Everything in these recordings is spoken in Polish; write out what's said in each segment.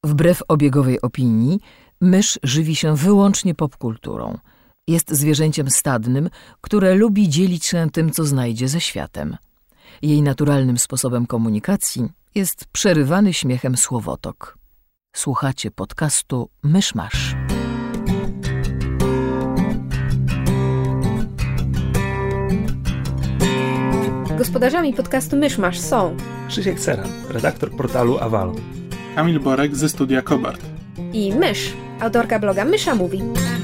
Wbrew obiegowej opinii, mysz żywi się wyłącznie popkulturą. Jest zwierzęciem stadnym, które lubi dzielić się tym, co znajdzie ze światem. Jej naturalnym sposobem komunikacji jest przerywany śmiechem słowotok. Słuchacie podcastu Myszmasz. Gospodarzami podcastu Myszmasz są Krzysiek Ceran, redaktor portalu Avalon, Kamil Borek ze studia Kobart i Mysz, autorka bloga Mysza Mówi.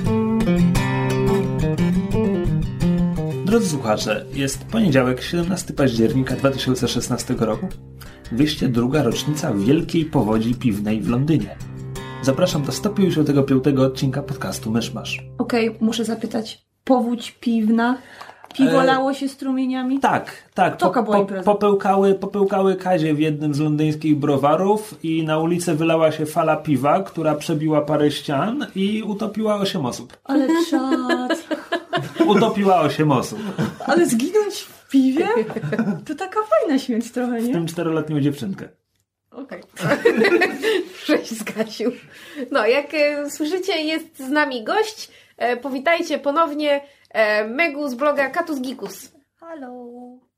Drodzy słuchacze, jest poniedziałek, 17 października 2016 roku, 202. rocznica Wielkiej Powodzi Piwnej w Londynie. Zapraszam do 155. odcinka podcastu Myszmasz. Okej, muszę zapytać, powódź piwna? Piwo lało się strumieniami? Tak. Taka była impreza. Popyłkały kazie w jednym z londyńskich browarów i na ulicę wylała się fala piwa, która przebiła parę ścian i utopiła 8 osób. Ale czad. Utopiła 8 osób. Ale zginąć w piwie? To taka fajna śmierć trochę, nie? W tym 4-letnią dziewczynkę. Okej. Cześć, Zgasiu. No, jak słyszycie, jest z nami gość. Powitajcie ponownie Megu z bloga Katus Gikus. Halo.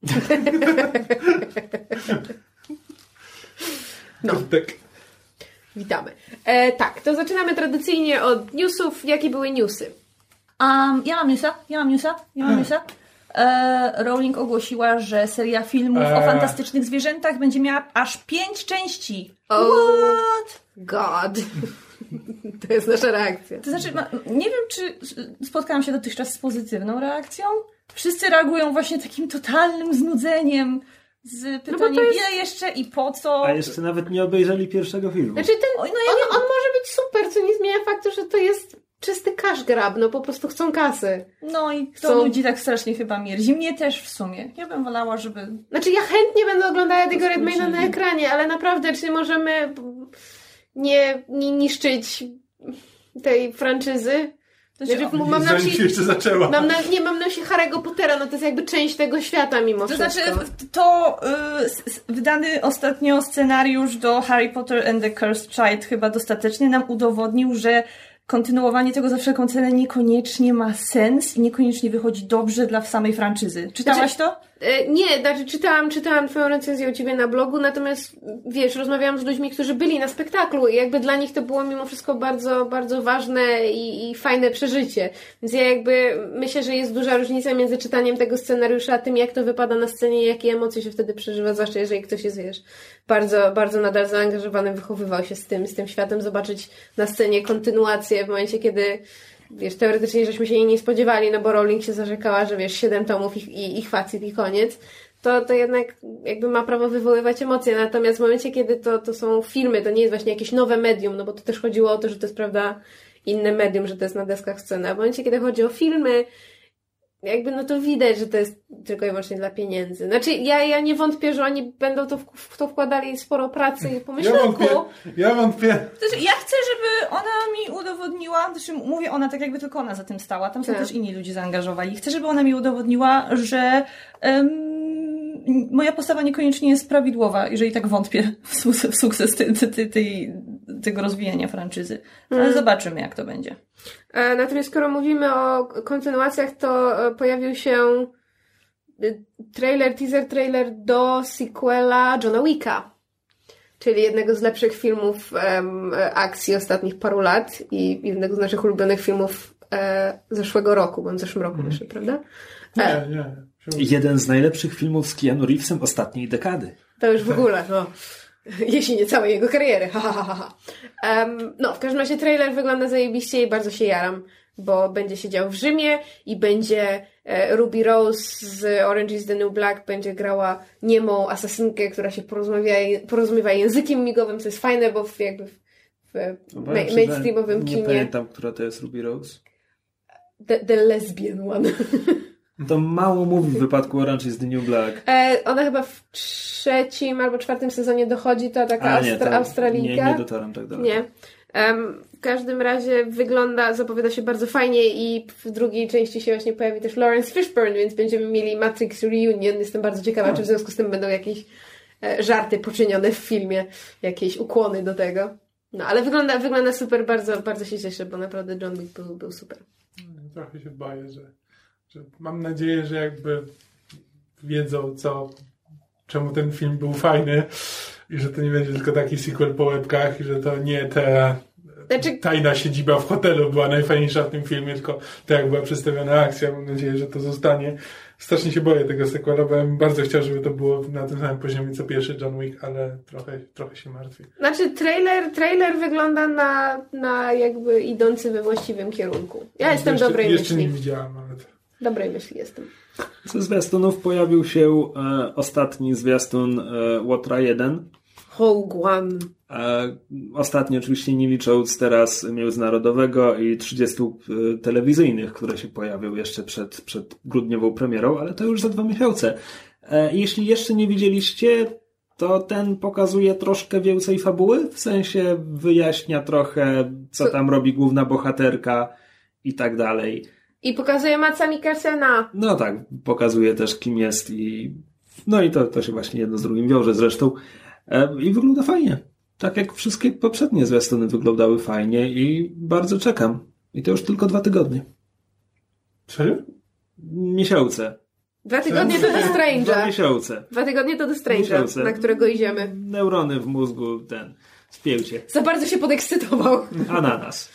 No. Witamy. Tak, to zaczynamy tradycyjnie od newsów. Jakie były newsy? Ja mam newsa. Rowling ogłosiła, że seria filmów o fantastycznych zwierzętach będzie miała aż 5 części. What? God. To jest nasza reakcja. To znaczy, nie wiem, czy spotkałam się dotychczas z pozytywną reakcją. Wszyscy reagują właśnie takim totalnym znudzeniem z pytaniem, ile jeszcze i po co. A jeszcze nawet nie obejrzeli pierwszego filmu. Znaczy, on może być super, co nie zmienia faktu, że to jest czysty cash grab, no po prostu chcą kasy. No i to ludzi tak strasznie chyba mierzi. Mnie też w sumie. Ja bym wolała, żeby... Znaczy, ja chętnie będę oglądała tego Redmayna na ekranie, ale naprawdę, czy możemy nie niszczyć tej franczyzy? Mam na myśli, jeszcze zaczęła. Mam na myśli Harry'ego Pottera, no to jest jakby część tego świata mimo wszystko. To znaczy, wydany ostatnio scenariusz do Harry Potter and the Cursed Child chyba dostatecznie nam udowodnił, że kontynuowanie tego za wszelką cenę niekoniecznie ma sens i niekoniecznie wychodzi dobrze dla samej franczyzy. Czytałaś to? Nie, znaczy czytałam twoją recenzję u ciebie na blogu, natomiast wiesz, rozmawiałam z ludźmi, którzy byli na spektaklu i jakby dla nich to było mimo wszystko bardzo, bardzo ważne i fajne przeżycie. Więc ja jakby myślę, że jest duża różnica między czytaniem tego scenariusza a tym, jak to wypada na scenie i jakie emocje się wtedy przeżywa, zwłaszcza jeżeli ktoś jest, wiesz, bardzo, bardzo nadal zaangażowany, wychowywał się z tym światem, zobaczyć na scenie kontynuację w momencie, kiedy wiesz, teoretycznie żeśmy się jej nie spodziewali, no bo Rowling się zarzekała, że wiesz, 7 tomów i facit i koniec, to jednak jakby ma prawo wywoływać emocje, natomiast w momencie, kiedy to są filmy, to nie jest właśnie jakieś nowe medium, no bo to też chodziło o to, że to jest, prawda, inne medium, że to jest na deskach sceny, a w momencie, kiedy chodzi o filmy, jakby no to widać, że to jest tylko i wyłącznie dla pieniędzy. Znaczy, ja nie wątpię, że oni będą w to wkładali sporo pracy i pomyślunku. Ja wątpię. Znaczy, ja chcę, żeby ona mi udowodniła, znaczy mówię ona tak jakby tylko ona za tym stała, tam są też inni ludzie zaangażowani. Chcę, żeby ona mi udowodniła, że moja postawa niekoniecznie jest prawidłowa, jeżeli tak wątpię w sukces tego rozwijania franczyzy. Ale zobaczymy, jak to będzie. Natomiast skoro mówimy o kontynuacjach, to pojawił się teaser trailer do sequela Johna Wicka, czyli jednego z lepszych filmów akcji ostatnich paru lat i jednego z naszych ulubionych filmów zeszłego roku, bo w zeszłym roku wyszedł, prawda? Nie. Jeden z najlepszych filmów z Keanu Reevesem ostatniej dekady. To już w ogóle, no. Jeśli nie całej jego kariery. No, w każdym razie trailer wygląda zajebiście i bardzo się jaram, bo będzie się działo w Rzymie i będzie Ruby Rose z Orange is the New Black będzie grała niemą asasynkę, która się porozumiewa językiem migowym, co jest fajne, bo w mainstreamowym kinie... Nie pamiętam, która to jest Ruby Rose. The lesbian one. To mało mówi w wypadku Orange is the New Black. Ona chyba w 3. albo 4. sezonie dochodzi, to taka Australijka. Nie dotarłam tak daleko. Nie. W każdym razie zapowiada się bardzo fajnie i w drugiej części się właśnie pojawi też Lawrence Fishburne, więc będziemy mieli Matrix Reunion. Jestem bardzo ciekawa, czy w związku z tym będą jakieś żarty poczynione w filmie, jakieś ukłony do tego. No, ale wygląda super, bardzo, bardzo się cieszę, bo naprawdę John Wick był super. Trochę się boję, że mam nadzieję, że jakby wiedzą czemu ten film był fajny i że to nie będzie tylko taki sequel po łebkach i że to nie tajna siedziba w hotelu była najfajniejsza w tym filmie, tylko tak jak była przedstawiona akcja. Mam nadzieję, że to zostanie. Strasznie się boję tego sequela, bo ja bym bardzo chciał, żeby to było na tym samym poziomie co pierwszy John Wick, ale trochę się martwię. Znaczy trailer wygląda na jakby idący we właściwym kierunku. Ja jestem dobrej myśli. Jeszcze nie widziałam, ale dobrej myśli jestem. Ze zwiastunów pojawił się ostatni zwiastun Łotra 1. Rogue One. Ostatni oczywiście nie licząc teraz międzynarodowego i 30 telewizyjnych, które się pojawią jeszcze przed grudniową premierą, ale to już za 2 miesiące. Jeśli jeszcze nie widzieliście, to ten pokazuje troszkę więcej fabuły, w sensie wyjaśnia trochę, co tam robi główna bohaterka i tak dalej. I pokazuje Madsa Mikkelsena. No tak, pokazuje też kim jest i to się właśnie jedno z drugim wiąże zresztą. I wygląda fajnie. Tak jak wszystkie poprzednie zwiastuny wyglądały fajnie i bardzo czekam. I to już tylko 2 tygodnie. Serio? Miesiące. 2 tygodnie to do Strange'a. 2 miesiące. 2 tygodnie to do Strange'a, na którego idziemy. Neurony w mózgu, spięł się. Za bardzo się podekscytował. Ananas.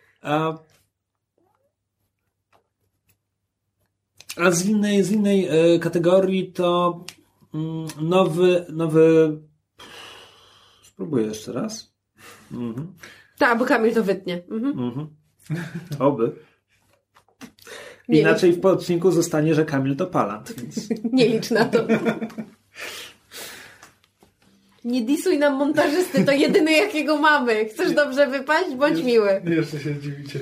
A z innej kategorii to nowy... Spróbuję jeszcze raz. Mhm. Tak, bo Kamil to wytnie. Oby. Inaczej w odcinku zostanie, że Kamil to palant. Więc... Nie licz na to. Nie disuj nam montażysty, to jedyny jakiego mamy. Chcesz dobrze wypaść? Bądź miły. Jeszcze się dziwicie.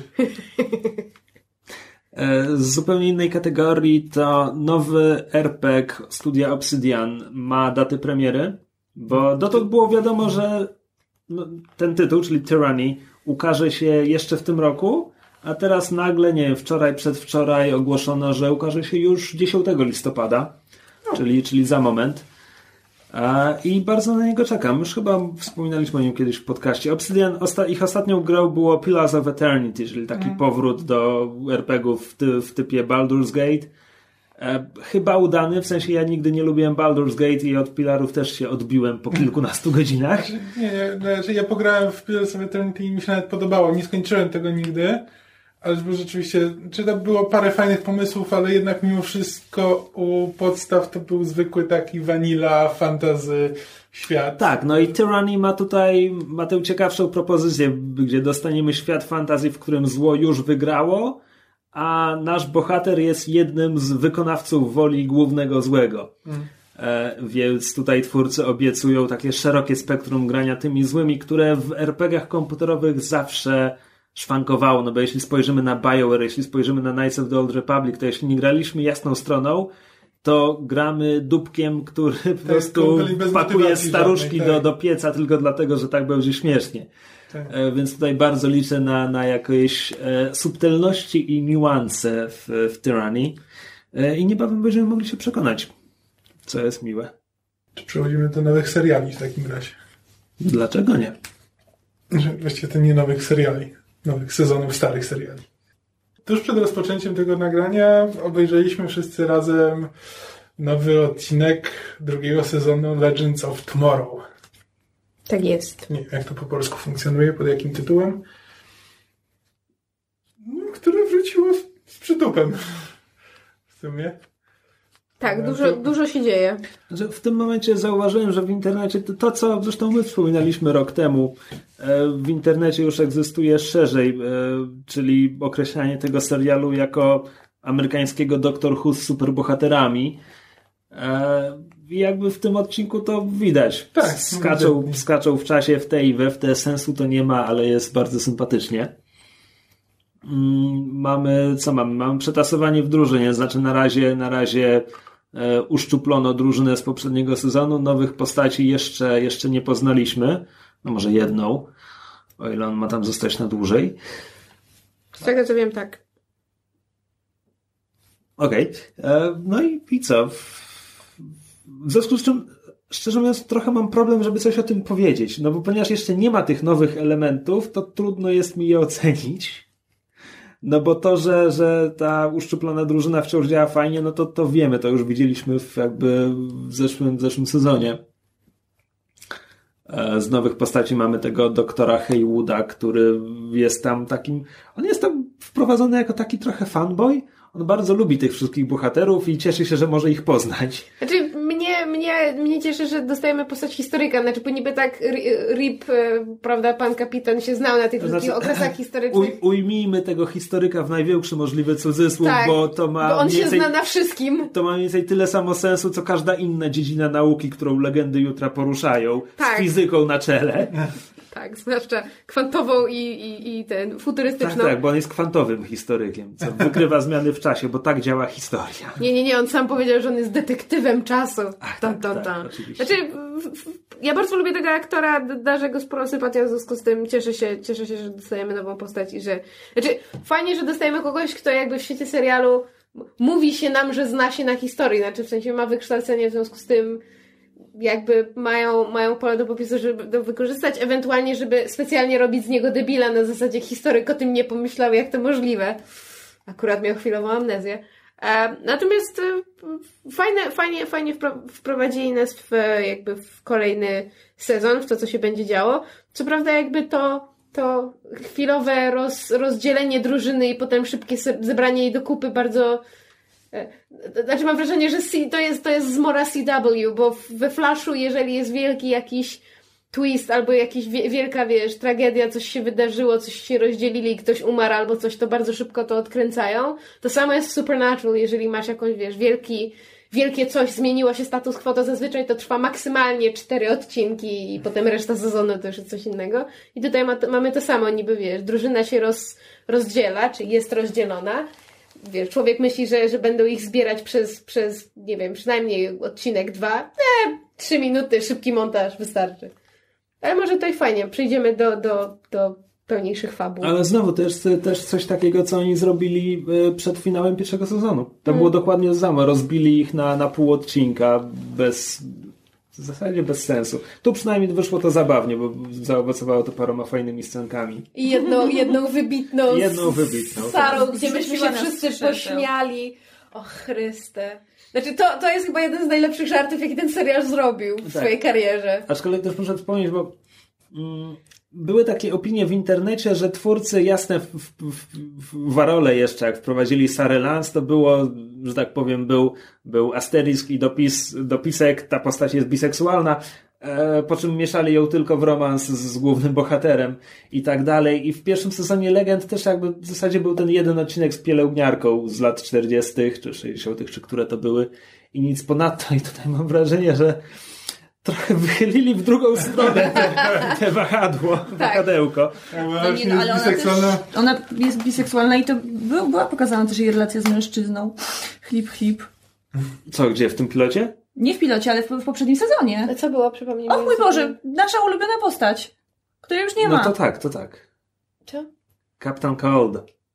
Z zupełnie innej kategorii to nowy RPG studia Obsidian ma datę premiery, bo dotąd było wiadomo, że ten tytuł, czyli Tyranny, ukaże się jeszcze w tym roku, a teraz nagle, wczoraj, przedwczoraj ogłoszono, że ukaże się już 10 listopada, czyli za moment. I bardzo na niego czekam. Już chyba wspominaliśmy o nim kiedyś w podcaście. Obsidian, ich ostatnią grą było Pillars of Eternity, czyli taki powrót do RPG-ów w typie Baldur's Gate. Chyba udany, w sensie ja nigdy nie lubiłem Baldur's Gate i od Pillarów też się odbiłem po kilkunastu godzinach. Ja pograłem w Pillars of Eternity i mi się nawet podobało. Nie skończyłem tego nigdy, ale był rzeczywiście, tam było parę fajnych pomysłów, ale jednak mimo wszystko u podstaw to był zwykły taki vanilla fantasy świat. Tak, no i Tyranny ma tę ciekawszą propozycję, gdzie dostaniemy świat fantasy, w którym zło już wygrało, a nasz bohater jest jednym z wykonawców woli głównego złego. Więc tutaj twórcy obiecują takie szerokie spektrum grania tymi złymi, które w RPG-ach komputerowych zawsze szwankowało, no bo jeśli spojrzymy na BioWare, jeśli spojrzymy na Knights of the Old Republic, to jeśli nie graliśmy jasną stroną, to gramy dupkiem, który po prostu pakuje staruszki do pieca tylko dlatego, że tak będzie śmiesznie. Tak. Więc tutaj bardzo liczę na jakieś subtelności i niuanse w Tyranny. I niebawem będziemy mogli się przekonać, co jest miłe. Czy przechodzimy do nowych seriali w takim razie? Dlaczego nie? Właściwie to nie nowych seriali. Nowych sezonów starych seriali. Tuż przed rozpoczęciem tego nagrania obejrzeliśmy wszyscy razem nowy odcinek 2. sezonu Legends of Tomorrow. Tak jest. Nie wiem, jak to po polsku funkcjonuje, pod jakim tytułem. Które wróciło z przytupem. W sumie. Tak, dużo się dzieje. W tym momencie zauważyłem, że w internecie to co zresztą my wspominaliśmy rok temu, w internecie już egzystuje szerzej, czyli określanie tego serialu jako amerykańskiego Doctor Who z superbohaterami. I jakby w tym odcinku to widać. Tak, skaczą w czasie w te i we w te, sensu to nie ma, ale jest bardzo sympatycznie. Mamy przetasowanie w drużynie, znaczy na razie uszczuplono drużynę z poprzedniego sezonu, nowych postaci jeszcze nie poznaliśmy, no może jedną, o ile on ma tam zostać na dłużej. Z tego co wiem, tak. Okej. No i co? W związku z czym szczerze mówiąc, trochę mam problem, żeby coś o tym powiedzieć. No bo ponieważ jeszcze nie ma tych nowych elementów, to trudno jest mi je ocenić. No bo to, że ta uszczuplona drużyna wciąż działa fajnie, no to wiemy, to już widzieliśmy w zeszłym sezonie. Z nowych postaci mamy tego doktora Haywooda, który jest tam takim, on jest tam wprowadzony jako taki trochę fanboy. On bardzo lubi tych wszystkich bohaterów i cieszy się, że może ich poznać. Znaczy, mnie cieszy, że dostajemy postać historyka. Znaczy, bo niby tak Rip, prawda, pan kapitan się znał na tych wszystkich okresach historycznych. Ujmijmy tego historyka w największy możliwy cudzysłów, tak, bo to ma bo on się zna na wszystkim. To ma mniej więcej tyle samo sensu, co każda inna dziedzina nauki, którą legendy jutra poruszają. Tak. Z fizyką na czele. Tak, zwłaszcza kwantową i ten futurystyczną. Tak, bo on jest kwantowym historykiem, co wykrywa zmiany w czasie, bo tak działa historia. Nie, on sam powiedział, że on jest detektywem czasu. Ach, tak, oczywiście. Znaczy, ja bardzo lubię tego aktora, darzę go sporo sympatii, w związku z tym cieszę się, że dostajemy nową postać i że... Znaczy, fajnie, że dostajemy kogoś, kto jakby w świecie serialu mówi się nam, że zna się na historii, znaczy w sensie ma wykształcenie, w związku z tym jakby mają pole do popisu, żeby to wykorzystać, ewentualnie, żeby specjalnie robić z niego debila na zasadzie historyk o tym nie pomyślał, jak to możliwe. Akurat miał chwilową amnezję. Natomiast fajnie wprowadzili nas w kolejny sezon, w to, co się będzie działo. Co prawda jakby to chwilowe rozdzielenie drużyny i potem szybkie zebranie jej do kupy bardzo... Znaczy mam wrażenie, że to jest zmora CW, bo we Flashu, jeżeli jest wielki jakiś twist albo jakaś wielka, tragedia, coś się wydarzyło, coś się rozdzielili, ktoś umarł albo coś, to bardzo szybko to odkręcają. To samo jest w Supernatural, jeżeli masz jakąś, wielkie coś, zmieniło się status quo, to zazwyczaj to trwa maksymalnie 4 odcinki i potem reszta sezonu to już jest coś innego. I tutaj mamy to samo, niby drużyna się rozdziela, czy jest rozdzielona. Człowiek myśli, że będą ich zbierać przez nie wiem, przynajmniej odcinek 2. 3 minuty, szybki montaż, wystarczy. Ale może to i fajnie, przejdziemy do pełniejszych fabuł. Ale znowu, to jest też coś takiego, co oni zrobili przed finałem pierwszego sezonu. To było dokładnie to samo. Rozbili ich na pół odcinka w zasadzie bez sensu. Tu przynajmniej wyszło to zabawnie, bo zaowocowało to paroma fajnymi scenkami. I jedną wybitną Sarą, tak. gdzie myśmy się wszyscy pośmiali. O Chryste. Znaczy to jest chyba jeden z najlepszych żartów, jaki ten serial zrobił w swojej karierze. Aczkolwiek też muszę wspomnieć, bo były takie opinie w internecie, że twórcy jasne w Warole jeszcze, jak wprowadzili Sarę Lance, to było, że tak powiem, był asterisk i dopisek, ta postać jest biseksualna, po czym mieszali ją tylko w romans z głównym bohaterem i tak dalej. I w pierwszym sezonie Legend też jakby w zasadzie był ten jeden odcinek z pielęgniarką z lat 40. czy 60., czy które to były i nic ponadto. I tutaj mam wrażenie, że trochę wychylili w drugą stronę te wahadełko. Ona jest biseksualna i to była pokazana też jej relacja z mężczyzną. Chlip. Co, gdzie? W tym pilocie? Nie w pilocie, ale w poprzednim sezonie. A co było? Przypomnij mi. O mój Boże, nasza ulubiona postać, której już nie ma. No to tak. Co? Captain Cold.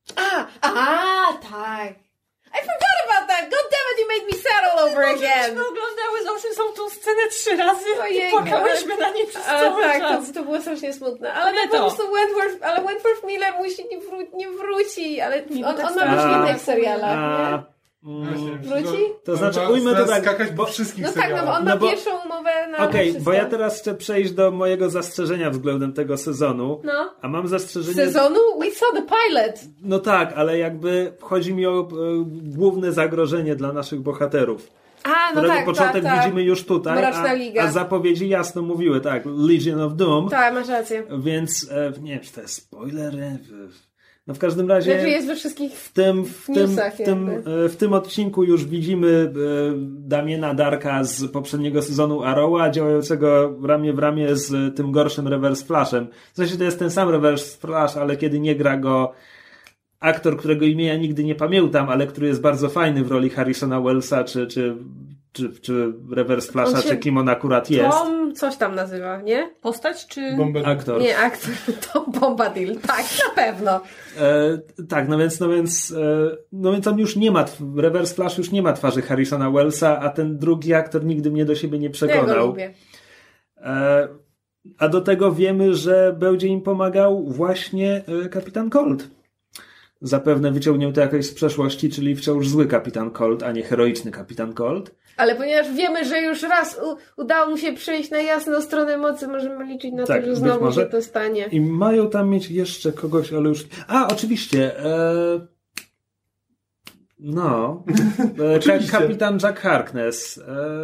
Tak. I forgot about that! God damn it, you made me sad all over again! Myśmy oglądały z Ocean tą scenę 3 razy Ojej, i płakałyśmy na niej przez cały czas. To było strasznie smutne. Ale po prostu Wentworth Miller nie wróci, ale on ma być w innych serialach, nie? Wróci? To znaczy, ujmę to tak, skakać po wszystkich serialach. No on ma pierwszą umowę na wszystko. Bo ja teraz chcę przejść do mojego zastrzeżenia względem tego sezonu. No. A mam zastrzeżenie... Sezonu? We saw the pilot! No tak, ale jakby chodzi mi o główne zagrożenie dla naszych bohaterów. Którego początek widzimy już tutaj, a zapowiedzi jasno mówiły, tak, Legion of Doom. Tak, masz rację. Więc, nie wiem, czy to jest spoiler, no w każdym razie znaczy jest we wszystkich w tym odcinku już widzimy Damiena Darka z poprzedniego sezonu Arrowa, działającego ramię w ramię z tym gorszym Reverse Flashem. W sensie to jest ten sam Reverse Flash, ale kiedy nie gra go aktor, którego imienia nigdy nie pamiętam, ale który jest bardzo fajny w roli Harrisona Wellsa, czy czy Reverse Flasha, czy kim on akurat jest. Tom coś tam nazywa, nie? Postać czy... Aktor. Nie, aktor. Tom Bombadil. Tak, na pewno. Tak, no więc on już nie ma, Reverse Flash już nie ma twarzy Harrisona Wellsa, a ten drugi aktor nigdy mnie do siebie nie przekonał. Ja go lubię. A do tego wiemy, że będzie im pomagał właśnie kapitan Cold. Zapewne wyciągnięł to jakoś z przeszłości, czyli wciąż zły kapitan Cold, a nie heroiczny kapitan Cold. Ale ponieważ wiemy, że już raz udało mu się przejść na jasną stronę mocy, możemy liczyć na Tak, to, że znowu może. się to stanie. I mają tam mieć jeszcze kogoś, ale już... A, oczywiście. Oczywiście. Kapitan Jack Harkness.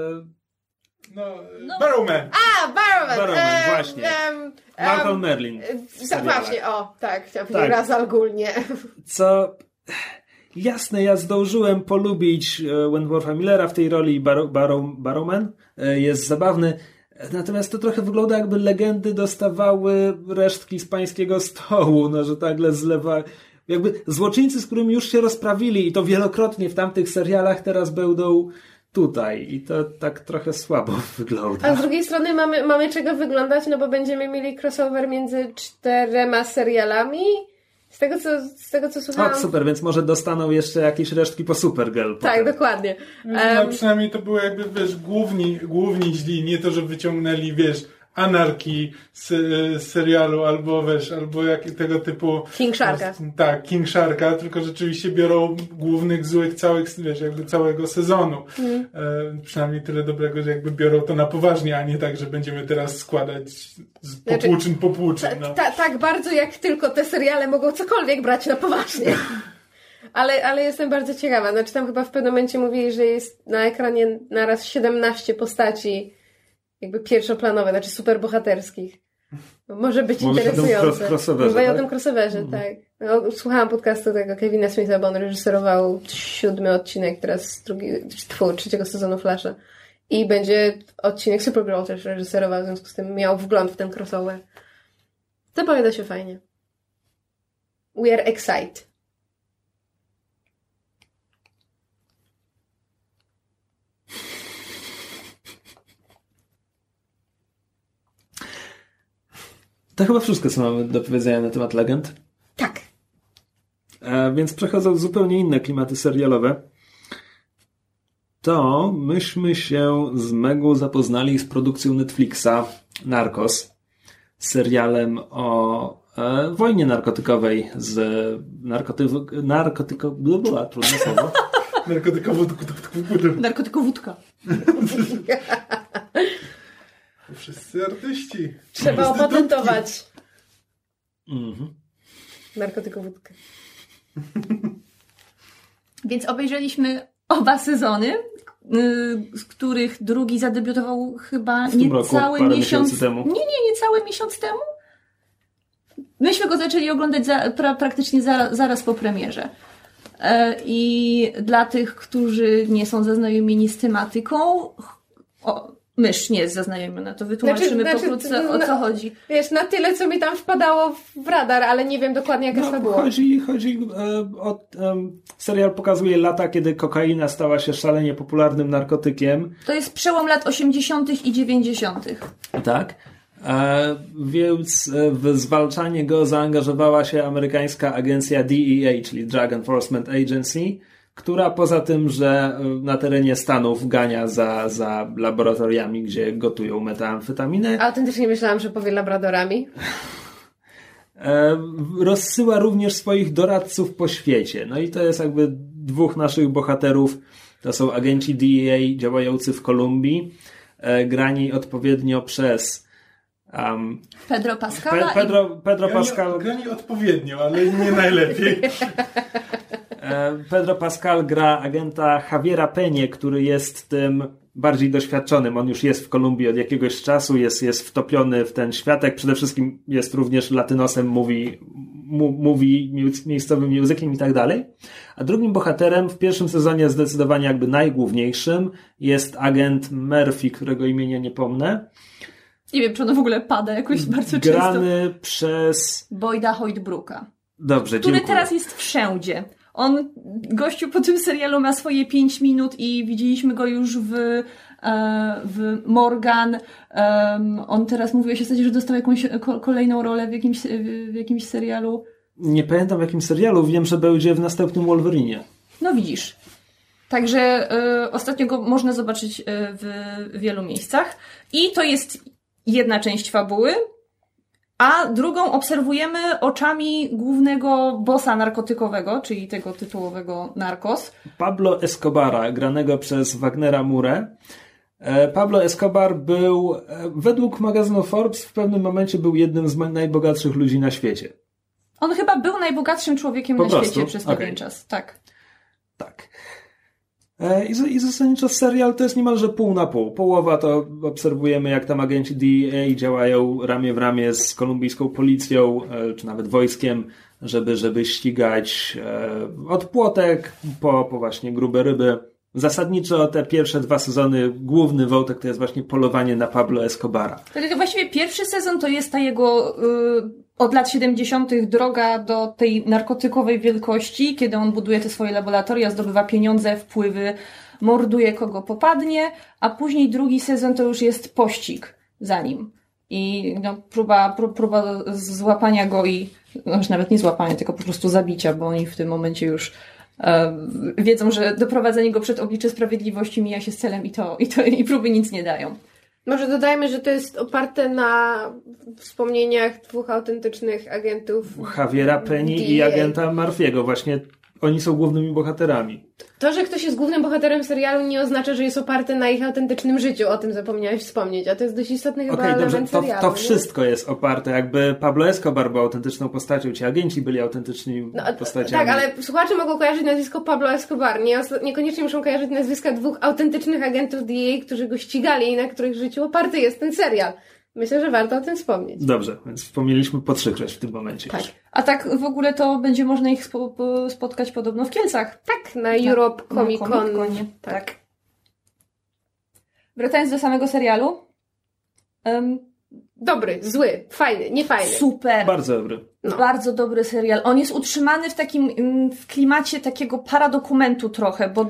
Barrowman. Barrowman, właśnie. Malcolm Merlin. Tak, właśnie, tak, chciałam powiedzieć Tak. Ra's al Ghul, nie. Co... Jasne, ja zdążyłem polubić Wentwortha Millera w tej roli. Barrowman jest zabawny. Natomiast to trochę wygląda, jakby legendy dostawały resztki z pańskiego stołu, no, że nagle zlewa... Jakby złoczyńcy, z którymi już się rozprawili i to wielokrotnie w tamtych serialach, teraz będą tutaj. I to tak trochę słabo wygląda. A z drugiej strony mamy czego wyglądać, no bo będziemy mieli crossover między 4 serialami. Z tego co słuchałam. O, super, więc może dostaną jeszcze jakieś resztki po Supergirl. Tak, potem. dokładnie. No, przynajmniej to było jakby, wiesz, główni źli, nie to, że wyciągnęli, wiesz, Anarki z serialu, albo wiesz, albo tego typu... King Sharka. Tak, King Sharka, tylko rzeczywiście biorą głównych złych całego sezonu. Przynajmniej tyle dobrego, że jakby biorą to na poważnie, a nie tak, że będziemy teraz składać po płuczyn. No. Tak bardzo, jak tylko te seriale mogą cokolwiek brać na poważnie. Ale jestem bardzo ciekawa. Znaczy tam chyba w pewnym momencie mówili, że jest na ekranie naraz 17 postaci jakby pierwszoplanowe, znaczy superbohaterskich. Może być interesujące. Mówię o tym crossoverze, tak. No, słuchałam podcastu tego Kevina Smitha, bo on reżyserował 7 odcinek teraz trzeciego sezonu Flasha. I będzie odcinek Supergirl też reżyserował, w związku z tym miał wgląd w ten crossover. Zapowiada się fajnie. We are excited. To chyba wszystko, co mamy do powiedzenia na temat legend. Tak. Więc przechodząc w zupełnie inne klimaty serialowe, to myśmy się z Megą zapoznali z produkcją Netflixa Narcos, serialem o wojnie narkotykowej z trudne słowo. Narkotykowódka. Wszyscy artyści. Trzeba opatentować. Mhm. Narkotykowódkę. Więc obejrzeliśmy oba sezony, z których drugi zadebiutował chyba niecały miesiąc temu. Niecały miesiąc temu. Myśmy go zaczęli oglądać praktycznie zaraz po premierze. I dla tych, którzy nie są zaznajomieni z tematyką, mysz nie jest zaznajomiona, to wytłumaczymy pokrótce, o co chodzi. Wiesz, na tyle, co mi tam wpadało w radar, ale nie wiem dokładnie, jaka fabuła. Chodzi o... serial pokazuje lata, kiedy kokaina stała się szalenie popularnym narkotykiem. To jest przełom lat 80. i 90. Tak. Więc w zwalczanie go zaangażowała się amerykańska agencja DEA, czyli Drug Enforcement Agency, która poza tym, że na terenie Stanów gania za laboratoriami, gdzie gotują metamfetaminę. Autentycznie myślałam, że powie labradorami. Rozsyła również swoich doradców po świecie. No i to jest jakby dwóch naszych bohaterów. To są agenci DEA działający w Kolumbii, grani odpowiednio przez Pedro Pascala. Pedro Pascal. Grani odpowiednio, ale nie najlepiej. Pedro Pascal gra agenta Javiera Penie, który jest tym bardziej doświadczonym. On już jest w Kolumbii od jakiegoś czasu, jest wtopiony w ten światek. Przede wszystkim jest również latynosem, mówi miejscowym językiem i tak dalej. A drugim bohaterem w pierwszym sezonie zdecydowanie jakby najgłówniejszym jest agent Murphy, którego imienia nie pomnę. Nie wiem, czy ono w ogóle pada jakoś bardzo często. Grany przez... Boyda Hoytbrooka. Dobrze, który dziękuję. teraz jest wszędzie. Gościu po tym serialu ma swoje 5 minut i widzieliśmy go już w Morgan. On teraz mówiłeś w zasadzie, że dostał jakąś kolejną rolę w jakimś serialu. Nie pamiętam w jakim serialu, wiem, że będzie w następnym Wolverinie. No widzisz. Także ostatnio go można zobaczyć w wielu miejscach. I to jest jedna część fabuły, a drugą obserwujemy oczami głównego bossa narkotykowego, czyli tego tytułowego Narcos. Pablo Escobara, granego przez Wagnera Mourę. Pablo Escobar był, według magazynu Forbes, w pewnym momencie był jednym z najbogatszych ludzi na świecie. On chyba był najbogatszym człowiekiem na świecie przez pewien czas. Tak. Tak. I zasadniczo serial to jest niemalże pół na pół. Połowa to obserwujemy, jak tam agenci DEA działają ramię w ramię z kolumbijską policją, czy nawet wojskiem, żeby ścigać od płotek po właśnie grube ryby. Zasadniczo te pierwsze 2 sezony, główny wątek to jest właśnie polowanie na Pablo Escobara. Tak, właściwie pierwszy sezon to jest ta jego od lat 70. droga do tej narkotykowej wielkości, kiedy on buduje te swoje laboratoria, zdobywa pieniądze, wpływy, morduje kogo popadnie, a później drugi sezon to już jest pościg za nim. I próba złapania go i nawet nie złapania, tylko po prostu zabicia, bo oni w tym momencie już wiedzą, że doprowadzenie go przed oblicze sprawiedliwości mija się z celem i próby nic nie dają. Może dodajmy, że to jest oparte na wspomnieniach 2 autentycznych agentów Javiera Penny i agenta Murphy'ego. Właśnie oni są głównymi bohaterami. To, że ktoś jest głównym bohaterem serialu, nie oznacza, że jest oparte na ich autentycznym życiu. O tym zapomniałeś wspomnieć, a to jest dość istotny chyba element serialu. To wszystko jest oparte. Jakby Pablo Escobar był autentyczną postacią, ci agenci byli autentycznymi postaciami. Tak, ale słuchacze mogą kojarzyć nazwisko Pablo Escobar. Niekoniecznie muszą kojarzyć nazwiska 2 autentycznych agentów DEA, którzy go ścigali i na których życiu oparty jest ten serial. Myślę, że warto o tym wspomnieć. Dobrze, więc wspomnieliśmy po 3 w tym momencie. Tak. A tak w ogóle to będzie można ich spotkać podobno w Kielcach. Tak, na Europe Comic Con. Tak. Wracając do samego serialu. Dobry, zły, fajny, niefajny. Super. Bardzo dobry. No. Bardzo dobry serial. On jest utrzymany w klimacie takiego paradokumentu trochę, bo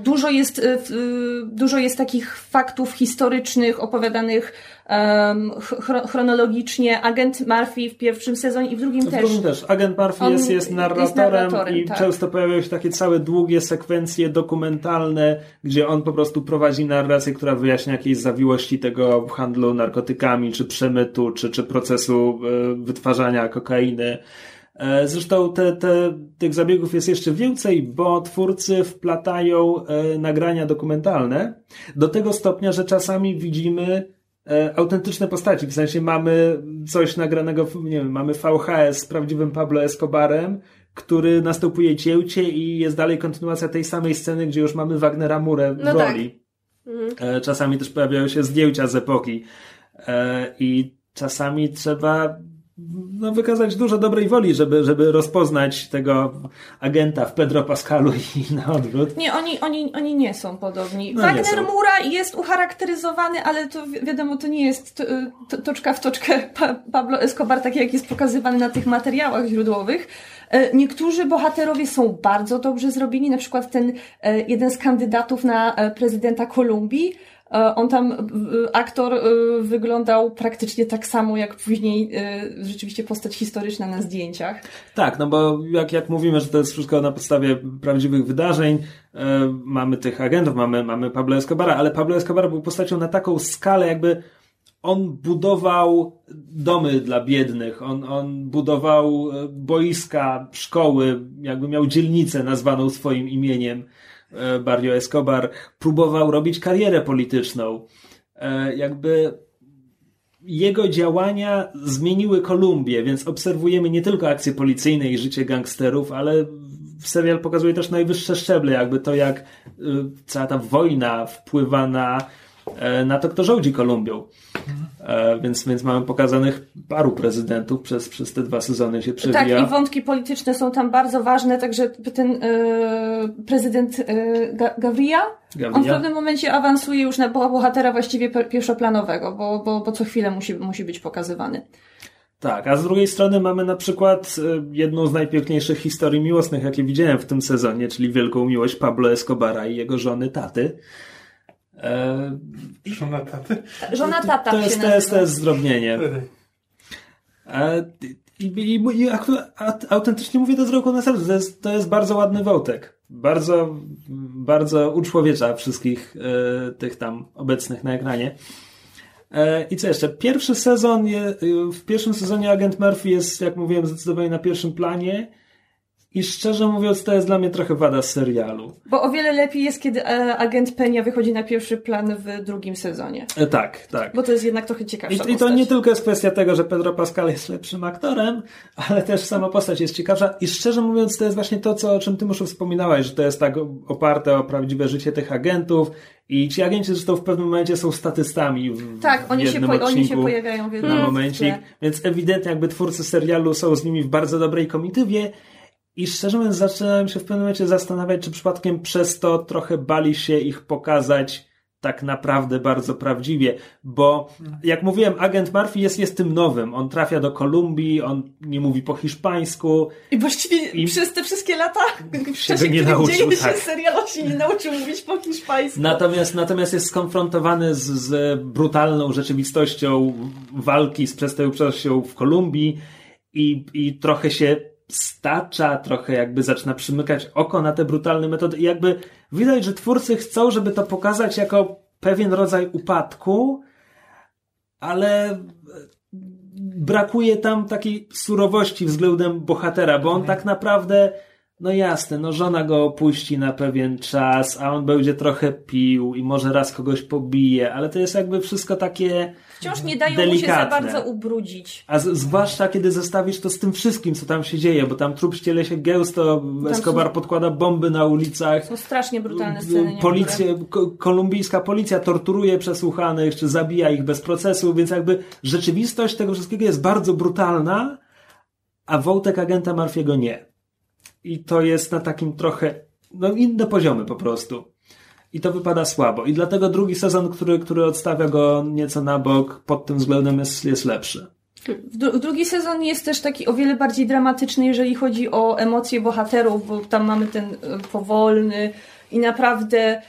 dużo jest takich faktów historycznych opowiadanych chronologicznie. Agent Murphy w pierwszym sezonie i w drugim też. W drugim też. Agent Murphy jest narratorem i tak. Często pojawiają się takie całe długie sekwencje dokumentalne, gdzie on po prostu prowadzi narrację, która wyjaśnia jakieś zawiłości tego handlu narkotykami, czy przemytu, czy procesu wytwarzania kokainy. Zresztą tych zabiegów jest jeszcze więcej, bo twórcy wplatają nagrania dokumentalne do tego stopnia, że czasami widzimy autentyczne postaci. W sensie mamy coś nagranego, nie wiem, mamy VHS z prawdziwym Pablo Escobarem, który następuje cięcie i jest dalej kontynuacja tej samej sceny, gdzie już mamy Wagnera Mourę w roli. Tak. Czasami też pojawiają się zdjęcia z epoki. I czasami trzeba wykazać dużo dobrej woli, żeby rozpoznać tego agenta w Pedro Pascalu i na odwrót. Nie, oni nie są podobni. Wagner Moura jest ucharakteryzowany, ale to wiadomo, to nie jest toczka w toczkę Pablo Escobar, tak jak jest pokazywany na tych materiałach źródłowych. Niektórzy bohaterowie są bardzo dobrze zrobieni, na przykład ten jeden z kandydatów na prezydenta Kolumbii. On tam, aktor wyglądał praktycznie tak samo, jak później rzeczywiście postać historyczna na zdjęciach. Tak, no bo jak mówimy, że to jest wszystko na podstawie prawdziwych wydarzeń, mamy tych agentów, mamy Pablo Escobara, ale Pablo Escobar był postacią na taką skalę, jakby on budował domy dla biednych, on budował boiska, szkoły, jakby miał dzielnicę nazwaną swoim imieniem. Barrio Escobar próbował robić karierę polityczną. Jakby jego działania zmieniły Kolumbię, więc obserwujemy nie tylko akcje policyjne i życie gangsterów, ale serial pokazuje też najwyższe szczeble, jakby to, jak cała ta wojna wpływa na to, kto rządzi Kolumbią. Więc mamy pokazanych paru prezydentów przez te 2 sezony się przewija. Tak, i wątki polityczne są tam bardzo ważne, także ten prezydent Gaviria, on w pewnym momencie awansuje już na bohatera właściwie pierwszoplanowego, bo co chwilę musi być pokazywany. Tak, a z drugiej strony mamy na przykład jedną z najpiękniejszych historii miłosnych, jakie widziałem w tym sezonie, czyli wielką miłość Pablo Escobara i jego żony Taty. Żona Taty? Żona Tata to jest zdrobnienie. Autentycznie mówię to z ręką na sercu. To jest bardzo ładny wątek. Bardzo, bardzo uczłowiecza wszystkich tych tam obecnych na ekranie. I co jeszcze? W pierwszym sezonie Agent Murphy jest, jak mówiłem, zdecydowanie na pierwszym planie. I szczerze mówiąc, to jest dla mnie trochę wada z serialu. Bo o wiele lepiej jest, kiedy agent Peña wychodzi na pierwszy plan w drugim sezonie. Tak. Bo to jest jednak trochę ciekawsza I to nie tylko jest kwestia tego, że Pedro Pascal jest lepszym aktorem, ale też sama postać jest ciekawsza. I szczerze mówiąc, to jest właśnie to, o czym ty już wspominałaś, że to jest tak oparte o prawdziwe życie tych agentów. I ci agenci zresztą w pewnym momencie są statystami oni się pojawiają w jednym momencie. Więc ewidentnie jakby twórcy serialu są z nimi w bardzo dobrej komitywie. I szczerze mówiąc, zaczynałem się w pewnym momencie zastanawiać, czy przypadkiem przez to trochę bali się ich pokazać tak naprawdę bardzo prawdziwie, bo jak mówiłem, agent Murphy jest tym nowym. On trafia do Kolumbii, on nie mówi po hiszpańsku. I właściwie przez te wszystkie lata w czasie, nie nauczył, dzieje się serial, on się nie nauczył mówić po hiszpańsku. Natomiast jest skonfrontowany z brutalną rzeczywistością walki z przestępczością w Kolumbii i trochę się stacza, trochę jakby zaczyna przymykać oko na te brutalne metody i jakby widać, że twórcy chcą, żeby to pokazać jako pewien rodzaj upadku, ale brakuje tam takiej surowości względem bohatera, bo on tak naprawdę, no jasne, żona go opuści na pewien czas, a on będzie trochę pił i może raz kogoś pobije, ale to jest jakby wszystko takie wciąż nie dają delikatne. mu się za bardzo ubrudzić. A zwłaszcza kiedy zestawisz to z tym wszystkim, co tam się dzieje, bo tam trup ściele się gęsto, Escobar podkłada bomby na ulicach. Są strasznie brutalne sceny. Kolumbijska policja torturuje przesłuchanych, czy zabija ich bez procesu, więc jakby rzeczywistość tego wszystkiego jest bardzo brutalna, a wątek agenta Murphy'ego nie. I to jest na takim trochę, inne poziomy po prostu. I to wypada słabo. I dlatego drugi sezon, który odstawia go nieco na bok, pod tym względem jest lepszy. Drugi sezon jest też taki o wiele bardziej dramatyczny, jeżeli chodzi o emocje bohaterów, bo tam mamy ten powolny i naprawdę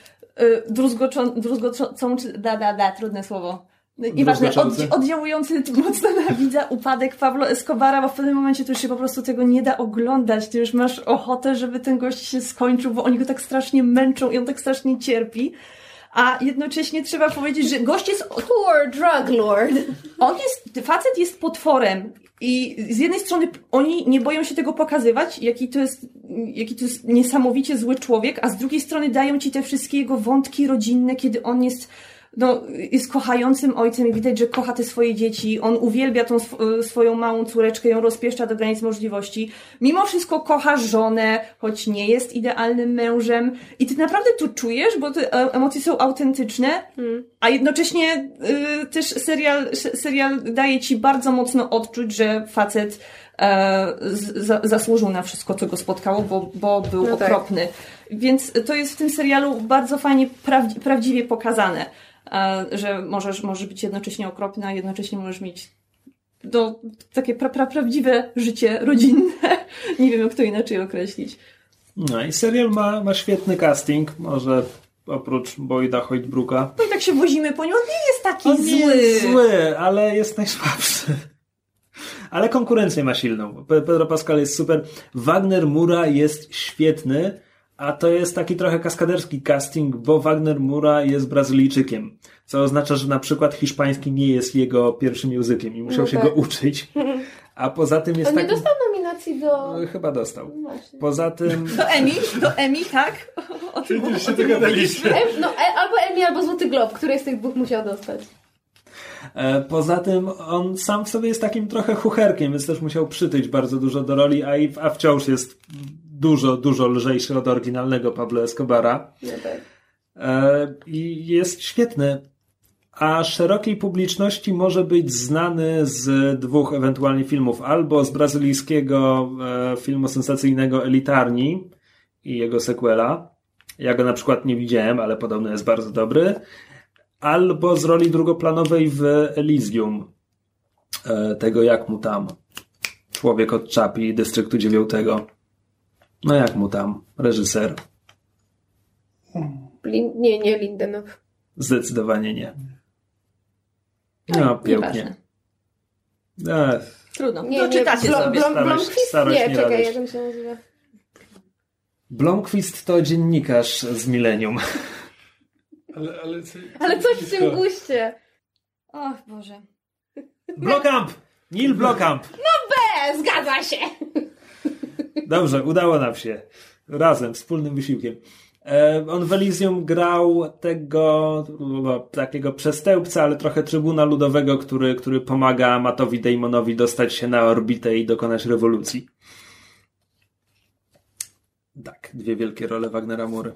druzgocący, trudne słowo. Nieważne, oddziałujący mocno na widza upadek Pablo Escobara, bo w pewnym momencie to już się po prostu tego nie da oglądać. Ty już masz ochotę, żeby ten gość się skończył, bo oni go tak strasznie męczą i on tak strasznie cierpi. A jednocześnie trzeba powiedzieć, że gość jest poor drug lord. Facet jest potworem. I z jednej strony oni nie boją się tego pokazywać, jaki to jest niesamowicie zły człowiek, a z drugiej strony dają ci te wszystkie jego wątki rodzinne, kiedy on jest kochającym ojcem i widać, że kocha te swoje dzieci. On uwielbia tą swoją małą córeczkę, ją rozpieszcza do granic możliwości. Mimo wszystko kocha żonę, choć nie jest idealnym mężem. I ty naprawdę to czujesz, bo te emocje są autentyczne, a jednocześnie też serial daje ci bardzo mocno odczuć, że facet zasłużył na wszystko, co go spotkało, bo był okropny. Więc to jest w tym serialu bardzo fajnie, prawdziwie pokazane. Że możesz być jednocześnie okropny, a jednocześnie możesz mieć takie prawdziwe życie rodzinne. Nie wiem, jak to inaczej określić. No i serial ma świetny casting, może oprócz Boyda Hoytbrooka. No i tak się wozimy po nim, on nie jest taki zły. Nie jest zły, ale jest najsłabszy. Ale konkurencję ma silną. Pedro Pascal jest super. Wagner Moura jest świetny, a to jest taki trochę kaskaderski casting, bo Wagner Moura jest Brazylijczykiem. Co oznacza, że na przykład hiszpański nie jest jego pierwszym językiem i musiał się go uczyć. A poza tym jest on nie dostał nominacji do... Chyba dostał. Właśnie. Poza tym... Do Emmy, tak? O tym już się dogadaliśmy. Albo Emmy, albo Złoty Glob. Który z tych dwóch musiał dostać? Poza tym on sam w sobie jest takim trochę chucherkiem, więc też musiał przytyć bardzo dużo do roli, a wciąż jest dużo lżejszy od oryginalnego Pablo Escobara. No tak. I jest świetny. A szerokiej publiczności może być znany z dwóch ewentualnie filmów. Albo z brazylijskiego filmu sensacyjnego Elitarni i jego sequela. Ja go na przykład nie widziałem, ale podobno jest bardzo dobry. Albo z roli drugoplanowej w Elysium. tego jak mu tam człowiek od Czapi Dystryktu 9. No jak mu tam reżyser? Nie Lindelof. Zdecydowanie nie. No, pięknie. Trudno. Doczytacie sobie. Blomqvist? Nie, czekaj, jak on się nazywa? Blomqvist to dziennikarz z Millennium. Ale coś w tym guście. Och Boże. Blomkamp! Neil Blomkamp! Zgadza się! Dobrze, udało nam się. Razem, wspólnym wysiłkiem. On w Elysium grał tego takiego przestępcę, ale trochę trybuna ludowego, który pomaga Mattowi Damonowi dostać się na orbitę i dokonać rewolucji. Tak, 2 wielkie role Wagnera Mury.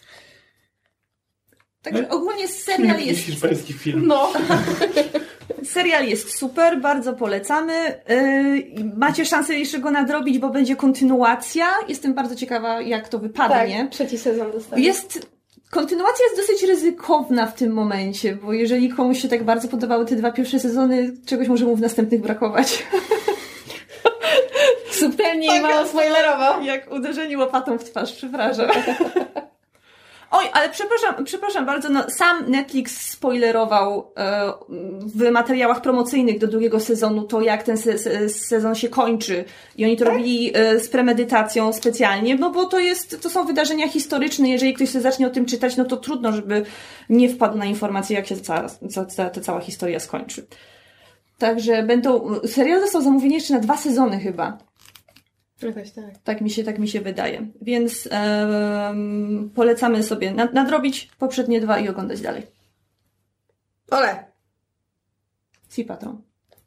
Także ogólnie serial jest... Hiszpański film. No. Serial jest super, bardzo polecamy. Macie szansę jeszcze go nadrobić, bo będzie kontynuacja. Jestem bardzo ciekawa, jak to wypadnie. Tak, 3. sezon dostanie. Kontynuacja jest dosyć ryzykowna w tym momencie, bo jeżeli komuś się tak bardzo podobały te 2 pierwsze sezony, czegoś może mu w następnych brakować. Subtelnie i mało spoilerowo. Jak uderzenie łopatą w twarz, przepraszam. Oj, ale przepraszam bardzo, no, sam Netflix spoilerował w materiałach promocyjnych do 2. sezonu to, jak ten sezon się kończy. I oni to robili z premedytacją specjalnie, no bo to są wydarzenia historyczne. Jeżeli ktoś się zacznie o tym czytać, no to trudno, żeby nie wpadł na informację, jak się ta cała historia skończy. Także serial dostał zamówienie jeszcze na 2 sezony chyba. Tak mi się wydaje. Więc polecamy sobie nadrobić poprzednie 2 i oglądać dalej. Ole! Si patron.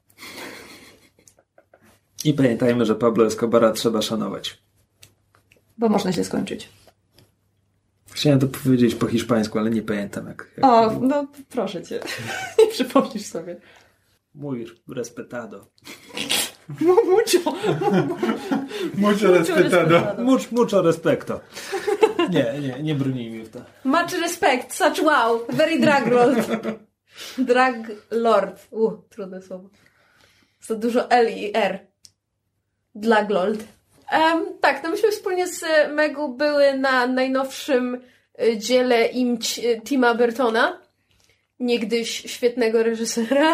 I pamiętajmy, że Pablo Escobara trzeba szanować. Bo można się skończyć. Chciałem to powiedzieć po hiszpańsku, ale nie pamiętam jak O, no proszę cię. Nie przypomnisz sobie. Mój respetado. Mucho respetado. Mucho respecto. Nie brnijmy w to. Much respect, such wow, very drag lord. Drag lord. Trudne słowo. Jest to dużo L i R. Drag lord. Tak, no myśmy wspólnie z Megu były na najnowszym dziele Imć Tima Burtona. Niegdyś świetnego reżysera.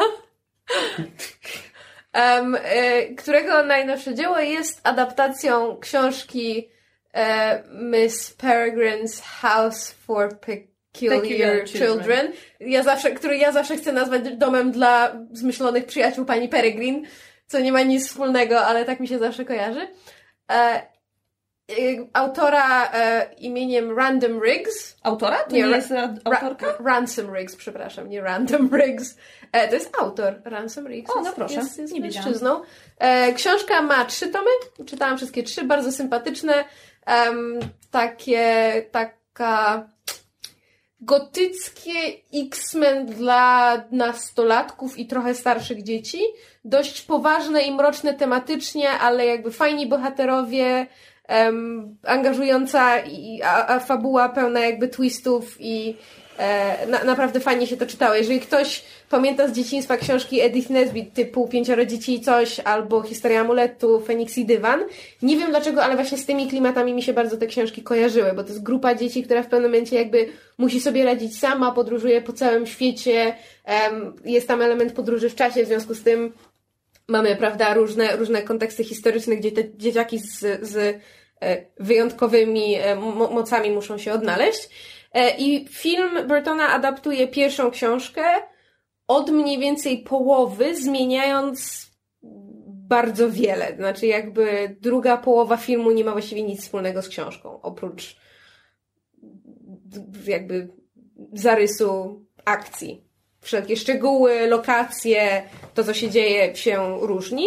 Którego najnowsze dzieło jest adaptacją książki Miss Peregrine's House for Peculiar Children, który ja zawsze chcę nazwać domem dla zmyślonych przyjaciół pani Peregrine, co nie ma nic wspólnego, ale tak mi się zawsze kojarzy. Autora imieniem Random Riggs. Autora? To nie jest autorka? Ransom Riggs, przepraszam, nie Random Riggs. To jest autor, Ransom Riggs. O, no proszę, jest nie mężczyzną. Książka ma 3 tomy, czytałam wszystkie 3, bardzo sympatyczne. Taka gotyckie X-Men dla nastolatków i trochę starszych dzieci. Dość poważne i mroczne tematycznie, ale jakby fajni bohaterowie, angażująca a fabuła pełna jakby twistów i naprawdę fajnie się to czytało. Jeżeli ktoś pamięta z dzieciństwa książki Edith Nesbit typu 5 dzieci i coś, albo Historia amuletu, Feniks i dywan, nie wiem dlaczego, ale właśnie z tymi klimatami mi się bardzo te książki kojarzyły, bo to jest grupa dzieci, która w pewnym momencie jakby musi sobie radzić sama, podróżuje po całym świecie, jest tam element podróży w czasie, w związku z tym mamy, prawda, różne konteksty historyczne, gdzie te dzieciaki z wyjątkowymi mocami muszą się odnaleźć. I film Burtona adaptuje pierwszą książkę od mniej więcej połowy, zmieniając bardzo wiele. Znaczy jakby druga połowa filmu nie ma właściwie nic wspólnego z książką, oprócz jakby zarysu akcji. Wszelkie szczegóły, lokacje, to co się dzieje się różni.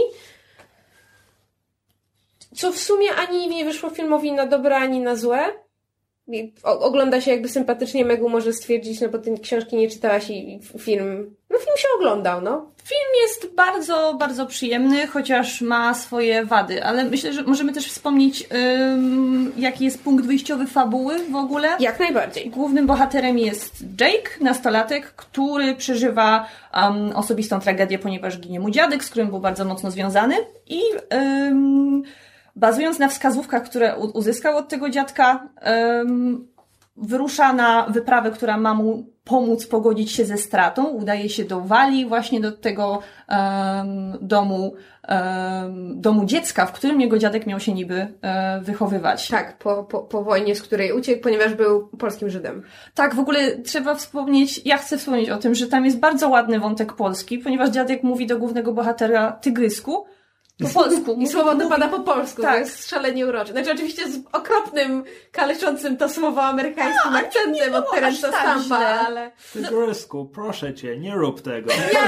Co w sumie ani nie wyszło filmowi na dobre, ani na złe. ogląda się jakby sympatycznie. Megu może stwierdzić, no bo ty książki nie czytałaś i film się oglądał, no. Film jest bardzo, bardzo przyjemny, chociaż ma swoje wady, ale myślę, że możemy też wspomnieć, jaki jest punkt wyjściowy fabuły w ogóle. Jak najbardziej. Głównym bohaterem jest Jake, nastolatek, który przeżywa osobistą tragedię, ponieważ ginie mu dziadek, z którym był bardzo mocno związany i bazując na wskazówkach, które uzyskał od tego dziadka, wyrusza na wyprawę, która ma mu pomóc pogodzić się ze stratą. Udaje się do Walii, właśnie do tego domu dziecka, w którym jego dziadek miał się niby wychowywać. Tak, po wojnie, z której uciekł, ponieważ był polskim Żydem. Tak, w ogóle trzeba wspomnieć, ja chcę wspomnieć o tym, że tam jest bardzo ładny wątek polski, ponieważ dziadek mówi do głównego bohatera tygrysku, po polsku. I słowo to pada po polsku, tak. To jest szalenie urocze. Znaczy oczywiście z okropnym, kaleczącym to słowo amerykańskim akcentem od Terence Stampa, ale... Tygrysku, proszę cię, nie rób tego.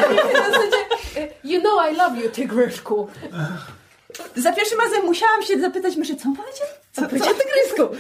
You know I love you, tygrysku. Za pierwszym razem musiałam się zapytać myszy, co on powiedział? Co powiedział tygrysku?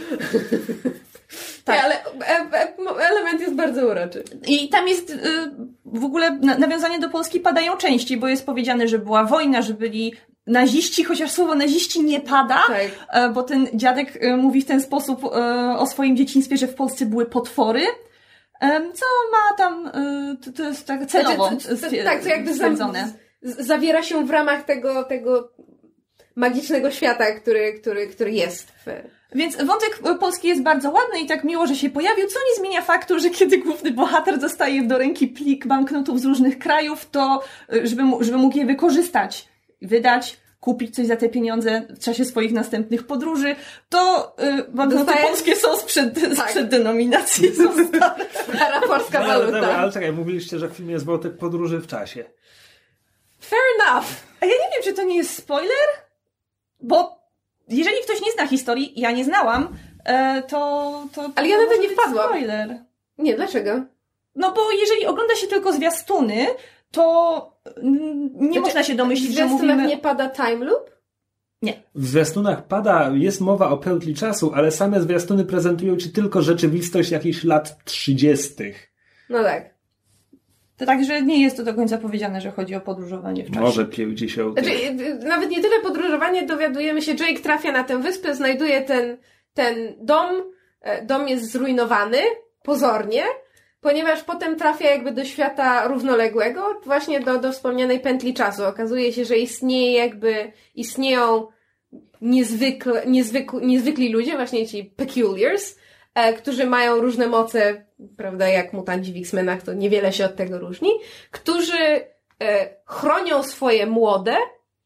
Tak, ale element jest bardzo uroczy. I tam jest w ogóle nawiązania do Polski padają częściej, bo jest powiedziane, że była wojna, że byli naziści, chociaż słowo naziści nie pada, tak. Bo ten dziadek mówi w ten sposób o swoim dzieciństwie, że w Polsce były potwory, co ma tam, to jest tak celowo tak, to jakby stwierdzone. Zawiera się w ramach tego magicznego świata, który jest w... Więc wątek polski jest bardzo ładny i tak miło, że się pojawił, co nie zmienia faktu, że kiedy główny bohater dostaje do ręki plik banknotów z różnych krajów, to żeby mógł je wykorzystać, wydać, kupić coś za te pieniądze w czasie swoich następnych podróży, to banknoty polskie są sprzed denominacji. Stara polska waluta. Ale czekaj, mówiliście, że w filmie jest wątek podróży w czasie. Fair enough. A ja nie wiem, czy to nie jest spoiler, bo jeżeli ktoś nie zna historii, ja nie znałam, to ale ja na to nie wpadłam. Spoiler. Nie, dlaczego? No bo jeżeli ogląda się tylko zwiastuny, to nie można się domyślić, że mówimy... W zwiastunach nie pada time loop? Nie. W zwiastunach jest mowa o pętli czasu, ale same zwiastuny prezentują ci tylko rzeczywistość jakichś lat 30. No tak. To także nie jest to do końca powiedziane, że chodzi o podróżowanie w czasie. Może 50. Znaczy, nawet nie tyle podróżowanie, dowiadujemy się, Jake trafia na tę wyspę, znajduje ten dom. Dom jest zrujnowany, pozornie, ponieważ potem trafia jakby do świata równoległego, właśnie do wspomnianej pętli czasu. Okazuje się, że istnieją niezwykli ludzie, właśnie ci peculiars, którzy mają różne moce, prawda, jak mutanci w X-Menach, to niewiele się od tego różni, którzy chronią swoje młode,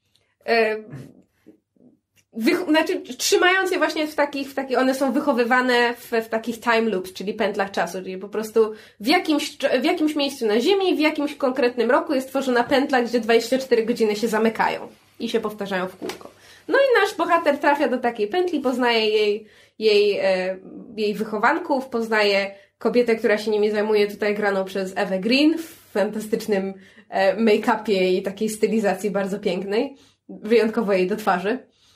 trzymając je właśnie w takich, one są wychowywane w takich time loops, czyli pętlach czasu, czyli po prostu w jakimś miejscu na Ziemi, w jakimś konkretnym roku jest tworzona pętla, gdzie 24 godziny się zamykają i się powtarzają w kółko. No i nasz bohater trafia do takiej pętli, poznaje jej wychowanków, poznaje kobietę, która się nimi zajmuje, tutaj graną przez Ewę Green w fantastycznym make-upie i takiej stylizacji bardzo pięknej, wyjątkowo jej do twarzy.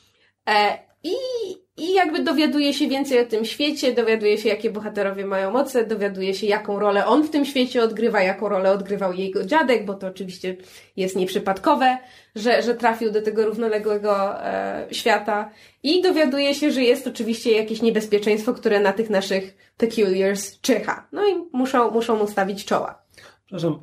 I jakby dowiaduje się więcej o tym świecie, dowiaduje się, jakie bohaterowie mają moce, dowiaduje się, jaką rolę on w tym świecie odgrywa, jaką rolę odgrywał jego dziadek, bo to oczywiście jest nieprzypadkowe, że trafił do tego równoległego świata i dowiaduje się, że jest oczywiście jakieś niebezpieczeństwo, które na tych naszych peculiars czyha. No i muszą mu stawić czoła. Przepraszam,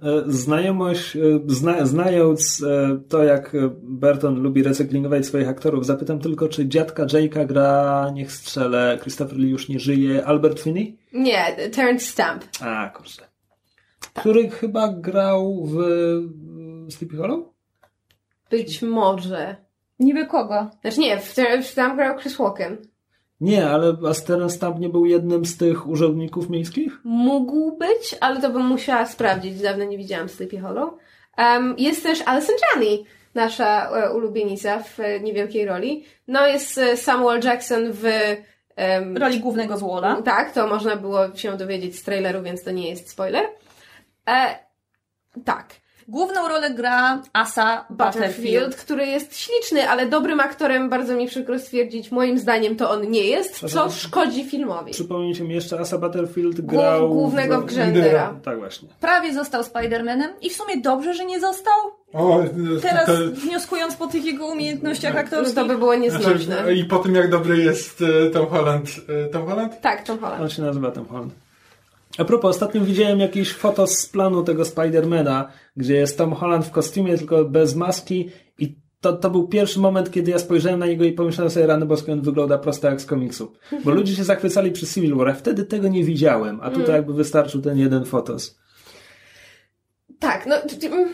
znając to, jak Burton lubi recyklingować swoich aktorów, zapytam tylko, czy dziadka Jake'a gra, niech strzelę, Christopher Lee już nie żyje, Albert Finney? Nie, Terence Stamp. A, kurczę. Który chyba grał w Sleepy Hollow? Być może. Niby kogo? Znaczy nie, tam grał Chris Walken. Nie, ale Terence Stamp nie był jednym z tych urzędników miejskich? Mógł być, ale to bym musiała sprawdzić. Dawno nie widziałam Sleepy Hollow. Jest też Alison Janney, nasza ulubienica w niewielkiej roli. No jest Samuel Jackson w roli głównego złola. Tak, to można było się dowiedzieć z traileru, więc to nie jest spoiler. Tak. Główną rolę gra Asa Butterfield, który jest śliczny, ale dobrym aktorem, bardzo mi przykro stwierdzić, moim zdaniem to on nie jest, co szkodzi filmowi. Przypomnijcie mi jeszcze, Asa Butterfield grał głównego Grzendera. Tak właśnie. Prawie został Spider-Manem i w sumie dobrze, że nie został. Teraz wnioskując po tych jego umiejętnościach aktorskich. To by było nieznośne. Znaczy, i po tym, jak dobry jest Tom Holland. Tom Holland? Tak, Tom Holland. On się nazywa Tom Holland. A propos, ostatnio widziałem jakiś foto z planu tego Spidermana, gdzie jest Tom Holland w kostiumie, tylko bez maski i to był pierwszy moment, kiedy ja spojrzałem na niego i pomyślałem sobie, rany boskie, on wygląda prosto jak z komiksu. Bo ludzie się zachwycali przy Civil War, a wtedy tego nie widziałem, a tutaj jakby wystarczył ten jeden fotos. Tak, no...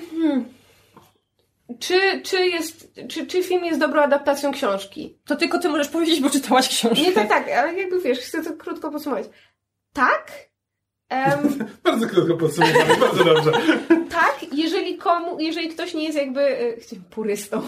Czy film jest dobrą adaptacją książki? To tylko ty możesz powiedzieć, bo czytałaś książkę. Nie, tak, ale jakby wiesz, chcę to krótko podsumować. Tak? Bardzo krótko podsumowane, bardzo dobrze. Tak, jeżeli ktoś nie jest jakby purystą,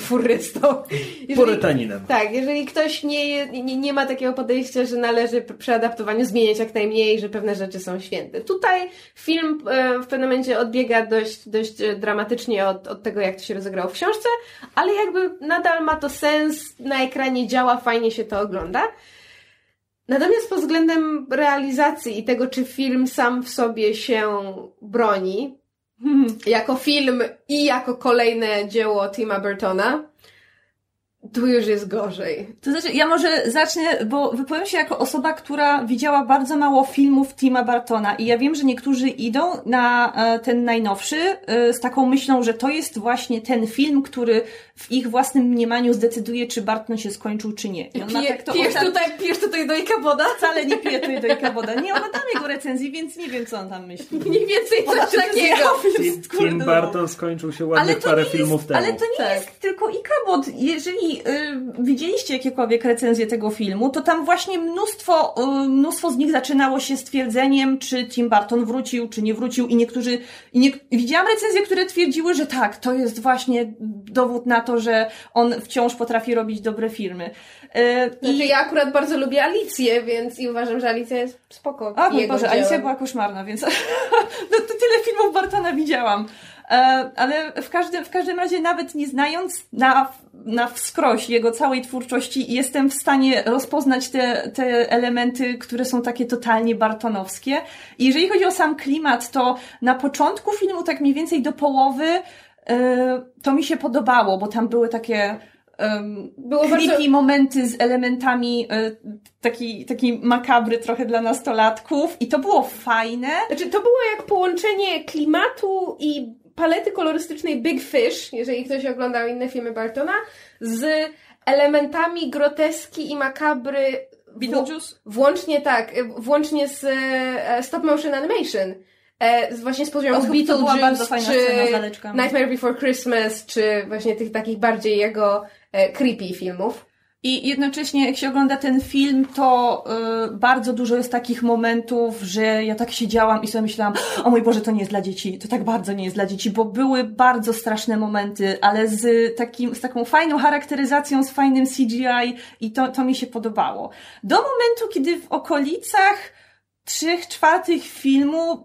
Purytaninem. Tak, jeżeli ktoś nie ma takiego podejścia, że należy przy adaptowaniu zmieniać jak najmniej, że pewne rzeczy są święte. Tutaj film w pewnym momencie odbiega dość dramatycznie od tego, jak to się rozegrało w książce, ale jakby nadal ma to sens, na ekranie działa, fajnie się to ogląda. Natomiast pod względem realizacji i tego, czy film sam w sobie się broni, jako film i jako kolejne dzieło Tima Burtona, tu już jest gorzej. To znaczy, ja może zacznę, bo wypowiem się jako osoba, która widziała bardzo mało filmów Tima Burtona i ja wiem, że niektórzy idą na ten najnowszy z taką myślą, że to jest właśnie ten film, który w ich własnym mniemaniu zdecyduje, czy Burton się skończył, czy nie. Pijesz tutaj do Ikaboda? Wcale nie piję tutaj do Ikaboda. Nie oglądam jego recenzji, więc nie wiem, co on tam myśli. Mniej więcej coś takiego. Tim Burton skończył się ładnych parę filmów temu. Ale to nie jest tylko Ikabod. Jeżeli widzieliście jakiekolwiek recenzję tego filmu, to tam właśnie mnóstwo z nich zaczynało się stwierdzeniem, czy Tim Burton wrócił, czy nie wrócił i widziałam recenzje, które twierdziły, że tak, to jest właśnie dowód na to, że on wciąż potrafi robić dobre filmy. Ja akurat bardzo lubię Alicję, więc i uważam, że Alicja jest spoko. A mój Boże, Alicja była koszmarna, więc to tyle filmów Burtona widziałam. Ale w każdym razie nawet nie znając na wskroś jego całej twórczości jestem w stanie rozpoznać te elementy, które są takie totalnie bartonowskie. I jeżeli chodzi o sam klimat, to na początku filmu, tak mniej więcej do połowy, to mi się podobało, bo tam były takie creepy momenty z elementami taki makabry trochę dla nastolatków i to było fajne. Znaczy, to było jak połączenie klimatu i palety kolorystycznej Big Fish, jeżeli ktoś oglądał inne filmy Burtona, z elementami groteski i makabry Beetlejuice? Włącznie z stop motion animation. Właśnie z poziomu Beetlejuice, czy Nightmare Before Christmas, czy właśnie tych takich bardziej jego creepy filmów. I jednocześnie jak się ogląda ten film, to bardzo dużo jest takich momentów, że ja tak siedziałam i sobie myślałam, o mój Boże, to nie jest dla dzieci, to tak bardzo nie jest dla dzieci, bo były bardzo straszne momenty, ale z taką fajną charakteryzacją, z fajnym CGI i to mi się podobało. Do momentu, kiedy w okolicach 3/4 filmu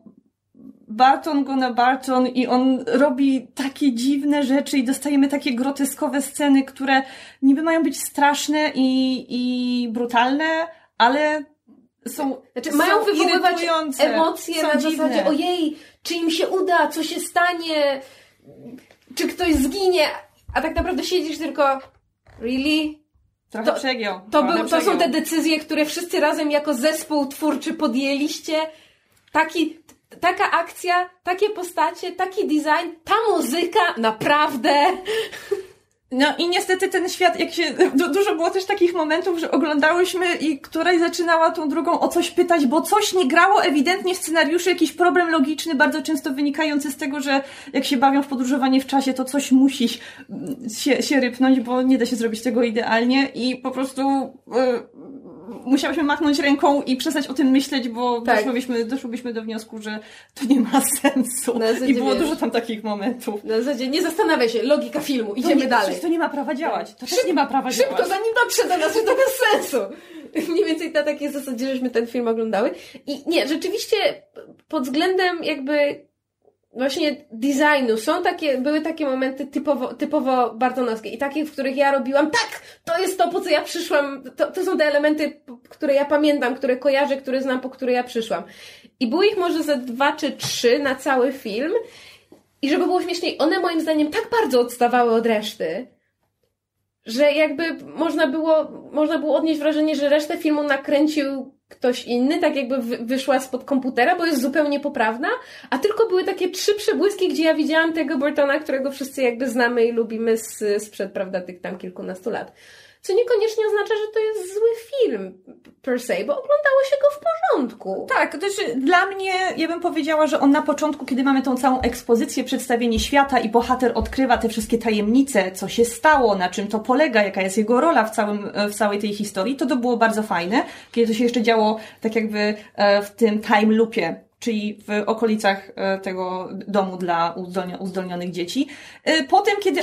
Burton i on robi takie dziwne rzeczy i dostajemy takie groteskowe sceny, które niby mają być straszne i brutalne, ale mają wywoływać emocje na zasadzie ojej, czy im się uda, co się stanie, czy ktoś zginie, a tak naprawdę siedzisz tylko really? Trochę przegiął. To są te decyzje, które wszyscy razem jako zespół twórczy podjęliście. Taka akcja, takie postacie, taki design, ta muzyka, naprawdę. No i niestety ten świat, dużo było też takich momentów, że oglądałyśmy i któraś zaczynała tą drugą o coś pytać, bo coś nie grało ewidentnie w scenariuszu, jakiś problem logiczny, bardzo często wynikający z tego, że jak się bawią w podróżowanie w czasie, to coś musi się rypnąć, bo nie da się zrobić tego idealnie i po prostu musiałyśmy machnąć ręką i przestać o tym myśleć, bo doszłybyśmy do wniosku, że to nie ma sensu. I było dużo tam takich momentów. Na zasadzie nie zastanawiaj się, logika filmu, idziemy dalej. To nie ma prawa działać. To też nie ma prawa działać. Szybko, zanim dotrze do nas, że to bez sensu. Mniej więcej na takiej zasadzie, żeśmy ten film oglądały. I nie, rzeczywiście pod względem jakby właśnie designu. Były takie momenty typowo bartonowskie i takie, w których ja robiłam, tak, to jest to, po co ja przyszłam, to są te elementy, które ja pamiętam, które kojarzę, które znam, po które ja przyszłam. I było ich może ze 2 czy 3 na cały film i żeby było śmieszniej, one moim zdaniem tak bardzo odstawały od reszty, że jakby można było odnieść wrażenie, że resztę filmu nakręcił ktoś inny, tak jakby wyszła spod komputera, bo jest zupełnie poprawna, a tylko były takie 3 przebłyski, gdzie ja widziałam tego Burtona, którego wszyscy jakby znamy i lubimy sprzed, prawda, tych tam kilkunastu lat. Co niekoniecznie oznacza, że to jest zły film per se, bo oglądało się go w porządku. Tak, to jest, dla mnie, ja bym powiedziała, że on na początku, kiedy mamy tą całą ekspozycję, przedstawienie świata i bohater odkrywa te wszystkie tajemnice, co się stało, na czym to polega, jaka jest jego rola w całej tej historii, to było bardzo fajne, kiedy to się jeszcze działo tak jakby w tym time loopie, czyli w okolicach tego domu dla uzdolnionych dzieci. Potem, kiedy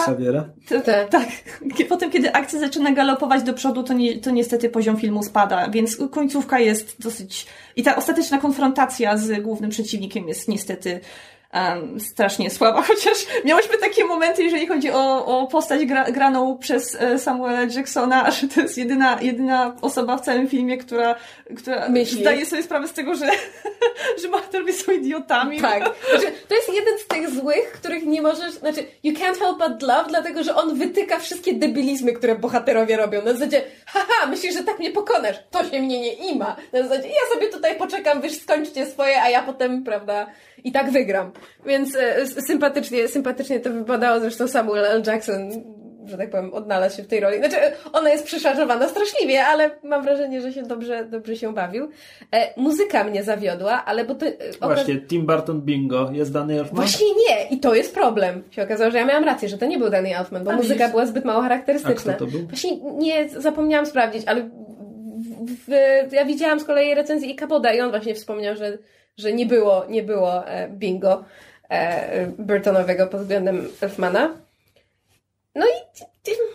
potem, kiedy akcja zaczyna galopować do przodu, to niestety poziom filmu spada, więc końcówka jest dosyć... I ta ostateczna konfrontacja z głównym przeciwnikiem jest niestety strasznie słaba, chociaż miałyśmy takie momenty, jeżeli chodzi o postać graną przez Samuela Jacksona, że to jest jedyna osoba w całym filmie, która zdaje sobie sprawę z tego, że bohaterowie są idiotami. Tak. Znaczy, to jest jeden z tych złych, których nie możesz... Znaczy, you can't help but love, dlatego, że on wytyka wszystkie debilizmy, które bohaterowie robią. Na zasadzie, haha, myślisz, że tak mnie pokonasz? To się mnie nie ima. Na zasadzie, ja sobie tutaj poczekam, wy skończcie swoje, a ja potem, prawda, i tak wygram. Więc sympatycznie to wypadało. Zresztą Samuel L. Jackson, że tak powiem, odnalazł się w tej roli. Znaczy, ona jest przeszarżowana straszliwie, ale mam wrażenie, że się dobrze się bawił. Muzyka mnie zawiodła, ale bo to... Właśnie, Tim Burton bingo. Jest Danny Elfman? Właśnie nie! I to jest problem. Się okazało, że ja miałam rację, że to nie był Danny Elfman, bo muzyka była zbyt mało charakterystyczna. A kto to był? Właśnie nie zapomniałam sprawdzić, ale ja widziałam z kolei recenzję i Kapoda i on właśnie wspomniał, że nie było bingo Burtonowego pod względem Elfmana. No i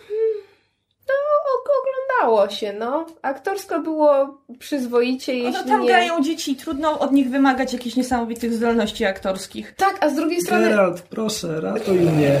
oglądało się, no. Aktorsko było przyzwoicie, jeśli tam nie... grają dzieci, trudno od nich wymagać jakichś niesamowitych zdolności aktorskich. Tak, a z drugiej strony... Geralt, proszę, ratuj mnie.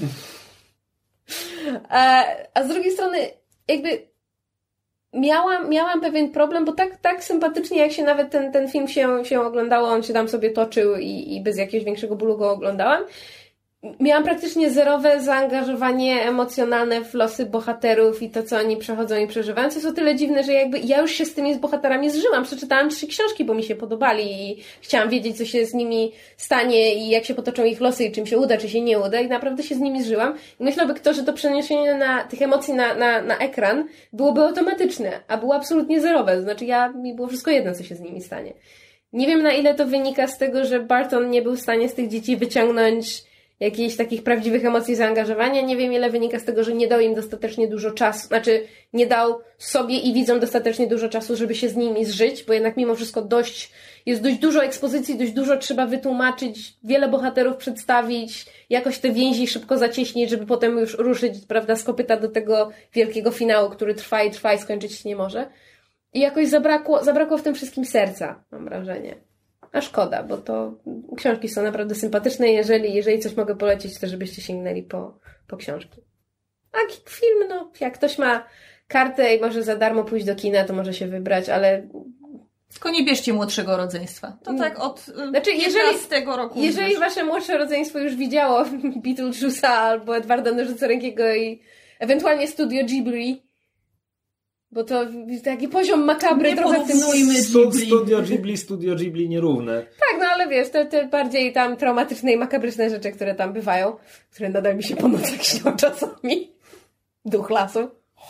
A z drugiej strony jakby miałam pewien problem, bo tak sympatycznie jak się nawet ten film się oglądało, on się tam sobie toczył i bez jakiegoś większego bólu go oglądałam. Miałam praktycznie zerowe zaangażowanie emocjonalne w losy bohaterów i to, co oni przechodzą i przeżywają, co jest o tyle dziwne, że jakby ja już się z tymi bohaterami zżyłam. Przeczytałam 3 książki, bo mi się podobali i chciałam wiedzieć, co się z nimi stanie i jak się potoczą ich losy i czym się uda, czy się nie uda i naprawdę się z nimi zżyłam. I myślałby kto, że to przeniesienie tych emocji na ekran byłoby automatyczne, a było absolutnie zerowe. To znaczy mi było wszystko jedno, co się z nimi stanie. Nie wiem, na ile to wynika z tego, że Burton nie był w stanie z tych dzieci wyciągnąć jakichś takich prawdziwych emocji i zaangażowania. Nie wiem, ile wynika z tego, że nie dał im dostatecznie dużo czasu, znaczy nie dał sobie i widzom dostatecznie dużo czasu, żeby się z nimi zżyć, bo jednak mimo wszystko jest dość dużo ekspozycji, dość dużo trzeba wytłumaczyć, wiele bohaterów przedstawić, jakoś te więzi szybko zacieśnić, żeby potem już ruszyć, prawda, z kopyta do tego wielkiego finału, który trwa i skończyć się nie może. I jakoś zabrakło w tym wszystkim serca, mam wrażenie. A szkoda, bo to książki są naprawdę sympatyczne. Jeżeli coś mogę polecić, to żebyście sięgnęli po książki. A film, no, jak ktoś ma kartę i może za darmo pójść do kina, to może się wybrać, tylko nie bierzcie młodszego rodzeństwa. To tak od 15 roku. Jeżeli wasze młodsze rodzeństwo już widziało Beetlejuice'a albo Edwarda Nożycorękiego i ewentualnie Studio Ghibli, bo to taki poziom makabry nie trochę porównujmy Studio Ghibli nierówne. Tak, no ale wiesz, te bardziej tam traumatyczne i makabryczne rzeczy, które tam bywają, które nadal mi się po nocach śnią czasami. Duch lasu.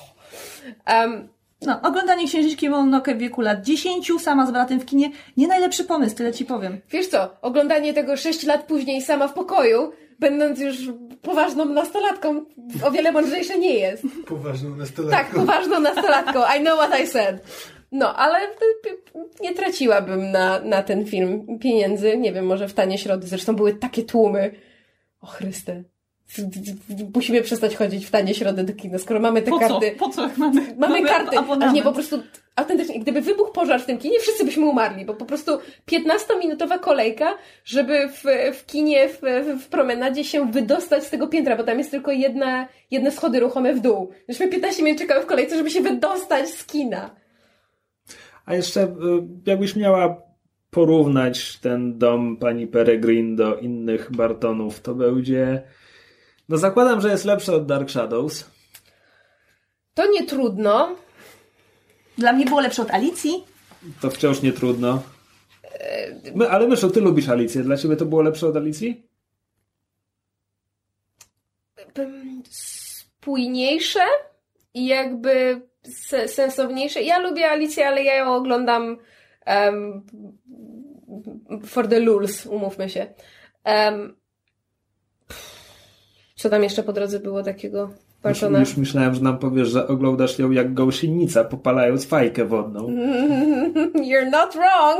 Oglądanie Księżniczki Mononoke w wieku lat 10, sama z bratem w kinie, nie najlepszy pomysł, tyle ci powiem. Wiesz co, oglądanie tego 6 lat później sama w pokoju, będąc już poważną nastolatką, o wiele mądrzejsze nie jest. Poważną nastolatką. Tak, poważną nastolatką. I know what I said. No, ale nie traciłabym na ten film pieniędzy. Nie wiem, może w tanie środy. Zresztą były takie tłumy. O Chryste. musimy przestać chodzić w tanie środy do kina, skoro mamy te karty. Po co? Jak mamy karty. abonament. Nie, po prostu autentycznie, gdyby wybuchł pożar w tym kinie, wszyscy byśmy umarli, bo po prostu 15-minutowa kolejka, żeby w kinie, w promenadzie się wydostać z tego piętra, bo tam jest tylko jedne schody ruchome w dół. Myśmy 15 minut czekały w kolejce, żeby się wydostać z kina. A jeszcze jakbyś miała porównać ten dom pani Peregrine do innych Bartonów, to będzie... No zakładam, że jest lepszy od Dark Shadows. To nie trudno. Dla mnie było lepsze od Alicji. To wciąż nie trudno. Ale Myszu, ty lubisz Alicję. Dla ciebie to było lepsze od Alicji? Spójniejsze i jakby sensowniejsze. Ja lubię Alicję, ale ja ją oglądam for the lulz, umówmy się. Co tam jeszcze po drodze było takiego Bartona? Już myślałem, że nam powiesz, że oglądasz ją jak gąsienica, popalając fajkę wodną. You're not wrong!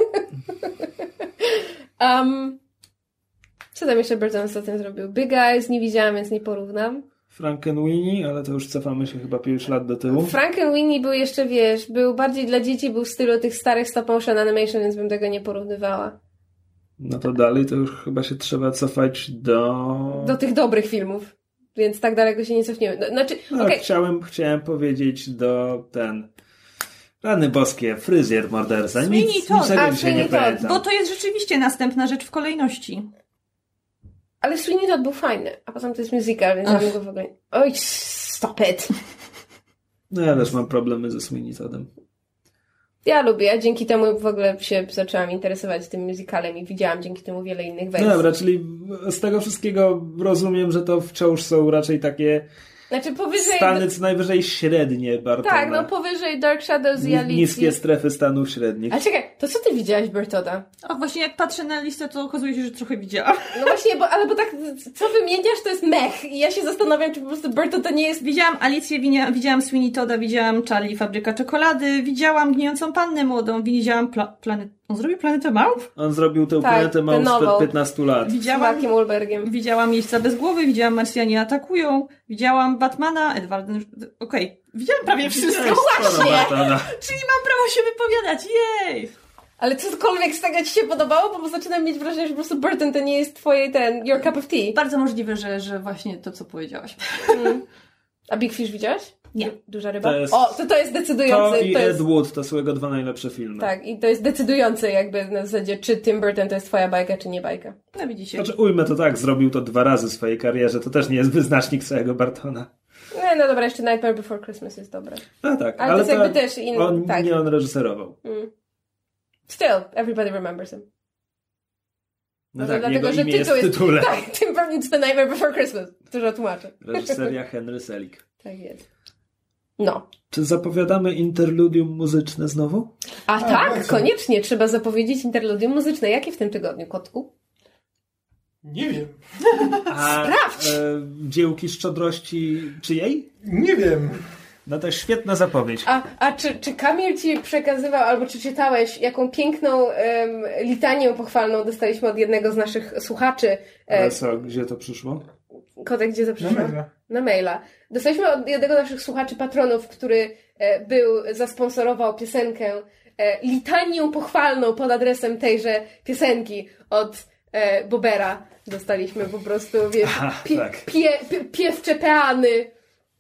Co tam jeszcze Burton ostatnio zrobił? Big Eyes nie widziałam, więc nie porównam. Frankenweenie, ale to już cofamy się chyba 5 lat do tyłu. Frankenweenie był jeszcze, był bardziej dla dzieci, był w stylu tych starych stop motion animation, więc bym tego nie porównywała. No to dalej to już chyba się trzeba cofać do tych dobrych filmów. Więc tak daleko się nie cofniemy. Okay. Chciałem powiedzieć do Rany boskie, fryzjer morderca. Sweeney Todd. Niczego dzisiaj nie pamiętam. Bo to jest rzeczywiście następna rzecz w kolejności. Ale Sweeney Todd był fajny. A potem to jest musical, więc ja bym go w ogóle... Oj, stop it! No ja też mam problemy ze Sweeney Toddem. Ja lubię. Dzięki temu w ogóle się zaczęłam interesować tym musicalem i widziałam dzięki temu wiele innych wersji. No dobra, czyli z tego wszystkiego rozumiem, że to wciąż są raczej takie powyżej... stany co najwyżej średnie Bartona. Tak, no powyżej Dark Shadows i Alicji. Niskie strefy stanów średnich. A czekaj, to co ty widziałaś Bartona? A właśnie jak patrzę na listę, to okazuje się, że trochę widziałam. No właśnie, bo tak, co wymieniasz, to jest mech. I ja się zastanawiam, czy po prostu Barton to nie jest... Widziałam Alicję, widziałam Sweeney Todda, widziałam Charlie Fabryka Czekolady, widziałam Gnijącą Pannę Młodą, widziałam On zrobił Planetę Małp? On zrobił tę Planetę Małp sprzed 15 lat. Z Markiem Wahlbergiem. Widziałam Miejsca bez głowy, widziałam Marsjanie atakują, widziałam Batmana, Okej. Widziałam prawie wszystko. Właśnie! Czyli mam prawo się wypowiadać, jej! Ale cokolwiek z tego ci się podobało? Bo zaczynam mieć wrażenie, że po prostu Burton to nie jest twoje your cup of tea. Bardzo możliwe, że właśnie to, co powiedziałaś. A Big Fish widziałaś? Nie. Duża ryba? To jest decydujące. To i Ed Wood to są jego 2 najlepsze filmy. Tak, i to jest decydujące jakby na zasadzie, czy Tim Burton to jest twoja bajka, czy nie bajka. No widzicie. Znaczy ujmę to tak, zrobił to 2 razy w swojej karierze, to też nie jest wyznacznik całego Bartona. No dobra, jeszcze Nightmare Before Christmas jest dobre. No tak, ale to jest jakby też inny... Nie on reżyserował. Still, everybody remembers him. No tak, dlatego, jego że imię jest w tytule. Tak, Tim Burton's The Nightmare Before Christmas. Dużo tłumaczę. Reżyseria Henry Selick. Tak jest. No. Czy zapowiadamy interludium muzyczne znowu? Tak, koniecznie. Trzeba zapowiedzieć interludium muzyczne. Jakie w tym tygodniu, kotku? Nie wiem. Sprawdź! Dziełki szczodrości czyjej? Nie wiem. No to świetna zapowiedź. A czy Kamil ci przekazywał, albo czy czytałeś, jaką piękną litanię pochwalną dostaliśmy od jednego z naszych słuchaczy? Ale co, gdzie to przyszło? Kotek, gdzie to przyszło? Na maila. Dostaliśmy od jednego z naszych słuchaczy patronów, który zasponsorował piosenkę litanię pochwalną pod adresem tejże piosenki od Bobera. Dostaliśmy po prostu, wiesz, piewcze peany.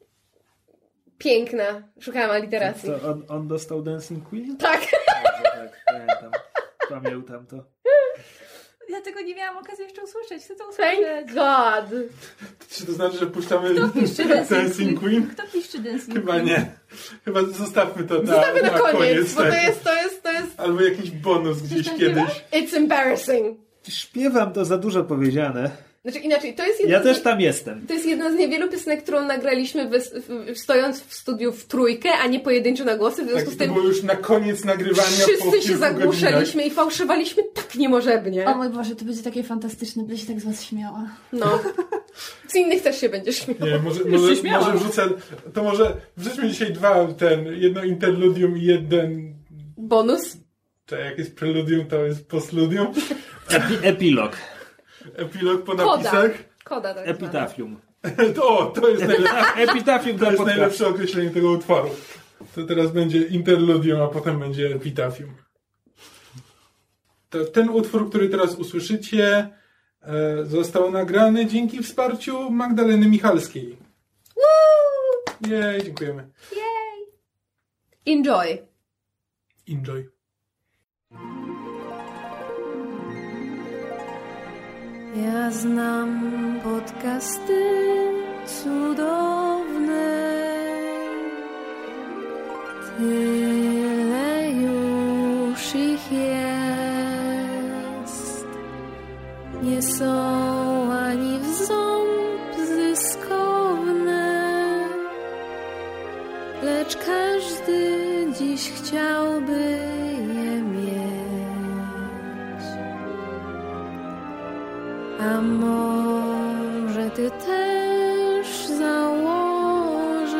Piękna. Szukałam aliteracji. To on dostał Dancing Queen? Tak. Pamiętam. Pamiętam to. Ja tego nie miałam okazji jeszcze usłyszeć. Chcę to usłyszeć. Thank God. Czy to znaczy, że puszczamy Dancing Queen? Kto piszczy Dancing Queen? Chyba nie. Chyba zostawmy to na koniec, bo to jest... Albo jakiś bonus gdzieś kiedyś. It's embarrassing. Śpiewam, to za dużo powiedziane. Znaczy inaczej, to jest ja też tam jestem. To jest jedna z niewielu piosenek, którą nagraliśmy stojąc w studiu w trójkę, a nie pojedynczo na głosy. W związku z tym to było już na koniec nagrywania. Wszyscy się zagłuszaliśmy i fałszywaliśmy tak niemożebnie. O mój Boże, to będzie takie fantastyczne, będę się tak z was śmiała. No. Z innych też się będziesz śmiał. Nie, może wrzucę... To może wrzućmy dzisiaj jedno interludium i jeden... Bonus? Czy jak jest preludium, to jest postludium. Epilog. Epilog po napisach. Koda tak Epitafium. To jest Epitafium dla podcastu. najlepsze określenie tego utworu. To teraz będzie interludium, a potem będzie epitafium. Ten utwór, który teraz usłyszycie, został nagrany dzięki wsparciu Magdaleny Michalskiej. Woo! Jej, dziękujemy. Enjoy. Enjoy. Ja znam podcasty cudowne, tyle już ich jest. Nie są ani w ząb zyskowne, lecz każdy dziś chciałby je mieć. A może ty też założysz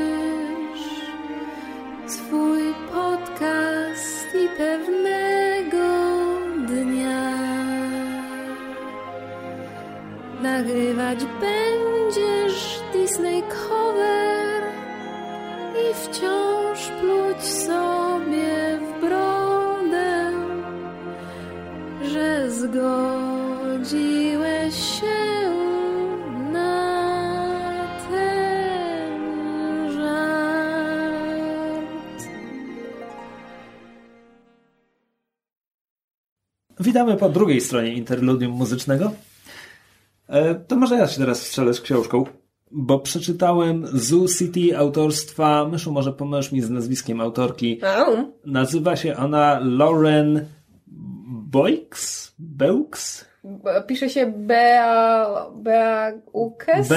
swój podcast i pewnego dnia nagrywać będziesz Disney cover i wciąż pluć sobie w brodę, że zgodziłeś się na ten żart. Witamy po drugiej stronie interludium muzycznego. To może ja się teraz strzelę z książką, bo przeczytałem Zoo City autorstwa, Myszu, może pomóż mi z nazwiskiem autorki. Nazywa się ona Lauren Beukes? Pisze się Beaukes?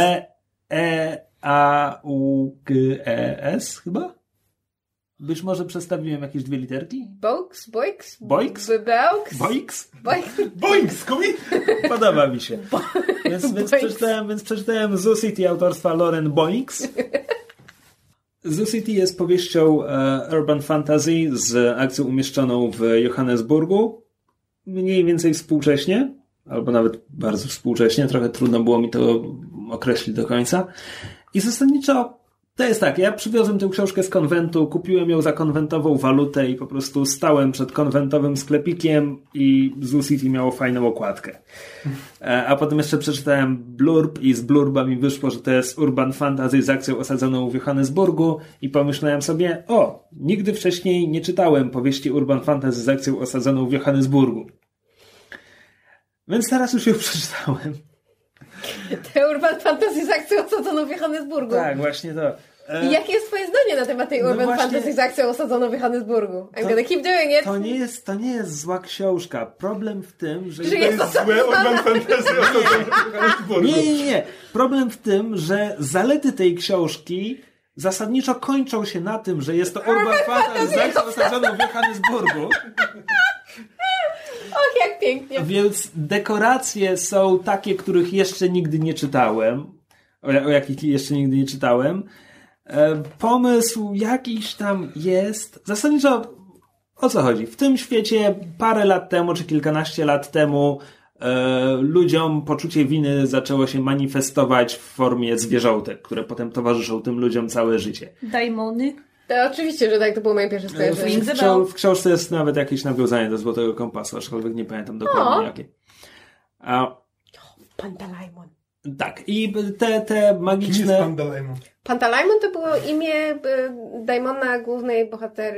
B-E-A-U-G-E-S chyba? Być może przestawiłem jakieś dwie literki? Boix? Boix? Boings, Podoba mi się. Więc przeczytałem Zoo City autorstwa Lauren Boix. Zoo City jest powieścią urban fantasy z akcją umieszczoną w Johannesburgu. Mniej więcej współcześnie, albo nawet bardzo współcześnie. Trochę trudno było mi to określić do końca. I zasadniczo to jest tak, ja przywiozłem tę książkę z konwentu, kupiłem ją za konwentową walutę i po prostu stałem przed konwentowym sklepikiem i Zoo City miało fajną okładkę. A potem jeszcze przeczytałem blurb i z blurba mi wyszło, że to jest urban fantasy z akcją osadzoną w Johannesburgu i pomyślałem sobie, nigdy wcześniej nie czytałem powieści urban fantasy z akcją osadzoną w Johannesburgu. Więc teraz już ją przeczytałem. Te urban fantasy z akcją osadzoną w Johannesburgu. Tak, właśnie to. I jakie jest twoje zdanie na temat tej urban fantasy z akcją osadzoną w Johannesburgu? I'm gonna keep doing it. To nie jest zła książka. Problem w tym, że jest złe urban fantasy osadzoną w Johannesburgu. Nie. Problem w tym, że zalety tej książki zasadniczo kończą się na tym, że jest to urban fantasy z akcją osadzoną w Johannesburgu. Och, jak pięknie. Więc dekoracje są takie, których jeszcze nigdy nie czytałem. O jakich jeszcze nigdy nie czytałem. Pomysł jakiś tam jest. Zasadniczo o co chodzi? W tym świecie parę lat temu, czy kilkanaście lat temu ludziom poczucie winy zaczęło się manifestować w formie zwierzątek, które potem towarzyszą tym ludziom całe życie. Daimony? To oczywiście, że tak, to było moje pierwsze skojarzenie. W książce jest nawet jakieś nawiązanie do Złotego Kompasu, aczkolwiek nie pamiętam dokładnie jakie. Pantalajmon. Tak, i te magiczne... Kim jest Pantalajmon? Pantalajmon to było imię Daimona, głównej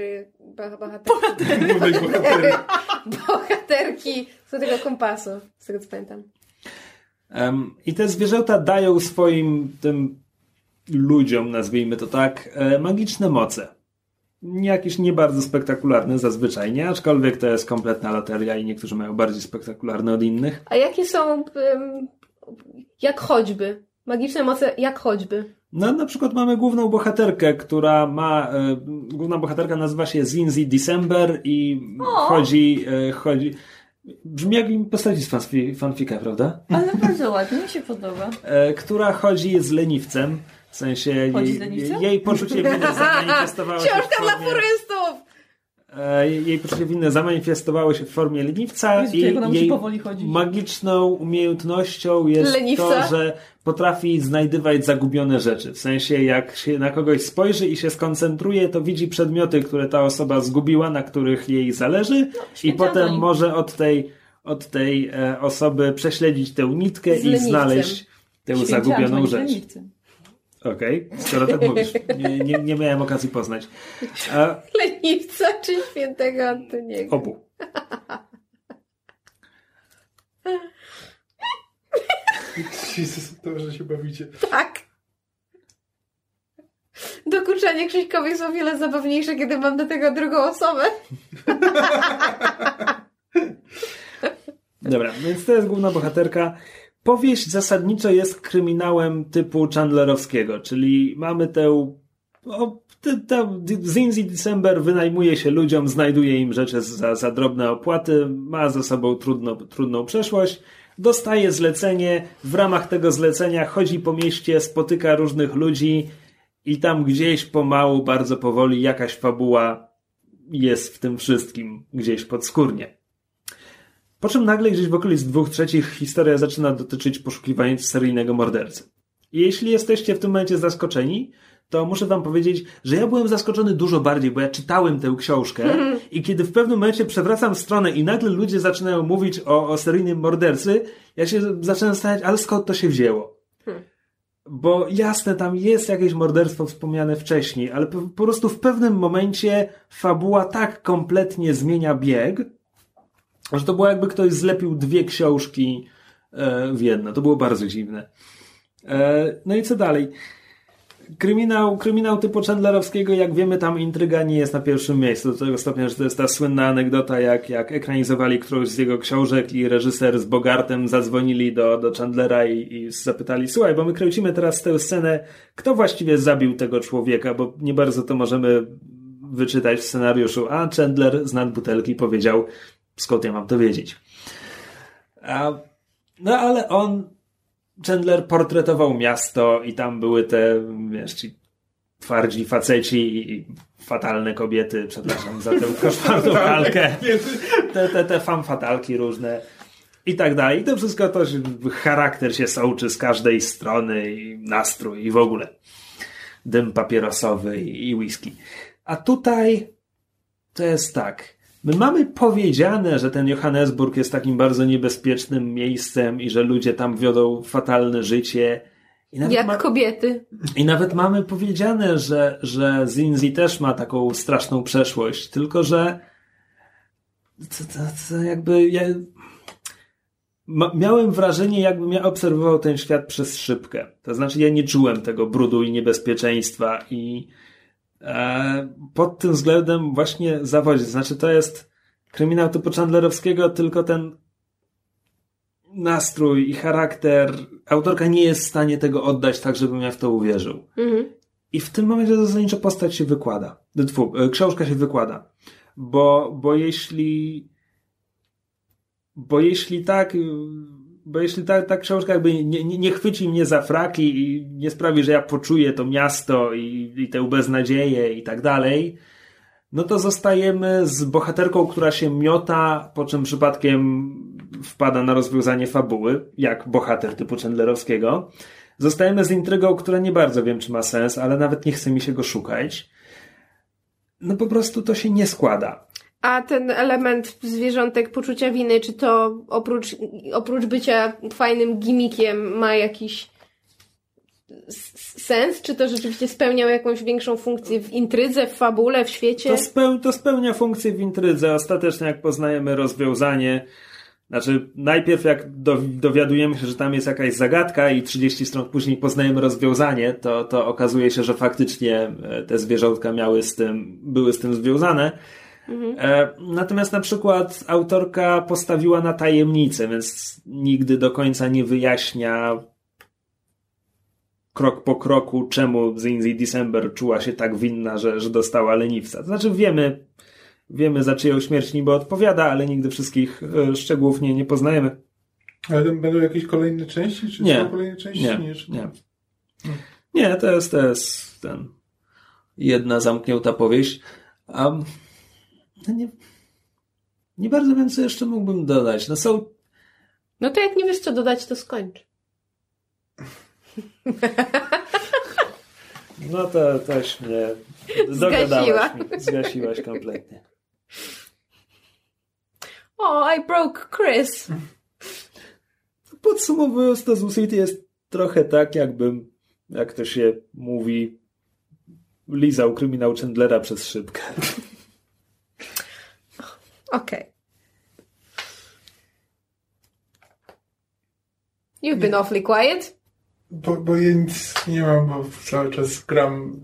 bohaterki Złotego Kompasu, z tego co pamiętam. I te zwierzęta dają swoim tym ludziom, nazwijmy to tak, magiczne moce. Jakieś nie bardzo spektakularne zazwyczaj, nie? Aczkolwiek to jest kompletna loteria i niektórzy mają bardziej spektakularne od innych. A jakie są, jak choćby? Magiczne moce, jak choćby? No, na przykład mamy główną bohaterkę, która ma... główna bohaterka nazywa się Zinzi December i chodzi... Brzmi jak postaci z fanfika, prawda? Ale bardzo ładnie, mi się podoba. Która chodzi z leniwcem. W sensie jej poczucie winy zamanifestowało się książka dla furystów! jej poczucie winy zamanifestowało się w formie leniwca i jej magiczną umiejętnością jest leniwca? To, że potrafi znajdywać zagubione rzeczy. W sensie, jak się na kogoś spojrzy i się skoncentruje, to widzi przedmioty, które ta osoba zgubiła, na których jej zależy i potem może od tej osoby prześledzić tę nitkę i znaleźć tę zagubioną rzecz. Okej, skoro tak mówisz. Nie miałem okazji poznać. Leniwca czy świętego Antoniego? Obu. Jezus, dobrze się bawicie. Tak. Dokuczanie Krzyśkowi jest o wiele zabawniejsze, kiedy mam do tego drugą osobę. Dobra, więc to jest główna bohaterka. Powieść zasadniczo jest kryminałem typu Chandlerowskiego, czyli mamy Zinzi December wynajmuje się ludziom, znajduje im rzeczy za drobne opłaty, ma za sobą trudną przeszłość, dostaje zlecenie, w ramach tego zlecenia chodzi po mieście, spotyka różnych ludzi i tam gdzieś pomału, bardzo powoli jakaś fabuła jest w tym wszystkim, gdzieś podskórnie. Po czym nagle gdzieś w okolic 2/3 historia zaczyna dotyczyć poszukiwania seryjnego mordercy. I jeśli jesteście w tym momencie zaskoczeni, to muszę wam powiedzieć, że ja byłem zaskoczony dużo bardziej, bo ja czytałem tę książkę i kiedy w pewnym momencie przewracam stronę i nagle ludzie zaczynają mówić o seryjnym mordercy, ja się zacząłem zastanawiać, ale skąd to się wzięło? Bo jasne, tam jest jakieś morderstwo wspomniane wcześniej, ale po prostu w pewnym momencie fabuła tak kompletnie zmienia bieg, że to było jakby ktoś zlepił 2 książki w jedno. To było bardzo dziwne. No i co dalej? Kryminał typu Chandlerowskiego, jak wiemy, tam intryga nie jest na pierwszym miejscu. Do tego stopnia, że to jest ta słynna anegdota, jak ekranizowali którąś z jego książek i reżyser z Bogartem zadzwonili do Chandlera i zapytali: słuchaj, bo my kręcimy teraz tę scenę, kto właściwie zabił tego człowieka, bo nie bardzo to możemy wyczytać w scenariuszu. A Chandler z nad butelki powiedział: skąd ja mam to wiedzieć? No ale Chandler portretował miasto i tam były te, wiesz, ci twardzi faceci i fatalne kobiety, przepraszam za tę koszmarną kalkę, te femme fatalki różne i tak dalej. I to wszystko to charakter się sołczy z każdej strony i nastrój i w ogóle dym papierosowy i whisky. A tutaj to jest tak. My mamy powiedziane, że ten Johannesburg jest takim bardzo niebezpiecznym miejscem i że ludzie tam wiodą fatalne życie. Jak kobiety. I nawet mamy powiedziane, że Zinzi też ma taką straszną przeszłość, tylko że to jakby miałem wrażenie, jakbym ja obserwował ten świat przez szybkę. To znaczy ja nie czułem tego brudu i niebezpieczeństwa i pod tym względem właśnie zawodzi. Znaczy to jest kryminał typu Chandlerowskiego, tylko ten nastrój i charakter autorka nie jest w stanie tego oddać tak, żebym ja w to uwierzył. I w tym momencie zasadniczo postać się wykłada. Książka się wykłada. Bo jeśli ta książka jakby nie chwyci mnie za fraki i nie sprawi, że ja poczuję to miasto i tę beznadzieję i tak dalej, no to zostajemy z bohaterką, która się miota, po czym przypadkiem wpada na rozwiązanie fabuły, jak bohater typu Chandlerowskiego. Zostajemy z intrygą, która nie bardzo wiem, czy ma sens, ale nawet nie chce mi się go szukać. No po prostu się nie składa. A ten element zwierzątek, poczucia winy, czy to oprócz bycia fajnym gimmickiem ma jakiś sens? Czy to rzeczywiście spełniał jakąś większą funkcję w intrydze, w fabule, w świecie? To spełnia funkcję w intrydze. Ostatecznie jak poznajemy rozwiązanie, znaczy najpierw jak dowiadujemy się, że tam jest jakaś zagadka i 30 stron później poznajemy rozwiązanie, to okazuje się, że faktycznie te zwierzątka były z tym związane. Natomiast na przykład autorka postawiła na tajemnicę, więc nigdy do końca nie wyjaśnia krok po kroku, czemu Zinzi December czuła się tak winna, że dostała leniwca. To znaczy wiemy za czyją śmierć niby odpowiada, ale nigdy wszystkich szczegółów nie poznajemy. Ale to będą jakieś kolejne części? Czy nie, są kolejne części? Nie, to jest jedna zamknięta powieść. No nie bardzo wiem, co jeszcze mógłbym dodać. No to jak nie wiesz, co dodać, to skończ. No to też mnie zgasiłaś kompletnie. I broke Chris. Podsumowując, to Zoo City jest trochę tak, jakbym, jak to się mówi, lizał kryminał Chandlera przez szybkę. Okej. You've been awfully quiet. Bo ja nic nie mam, bo cały czas gram.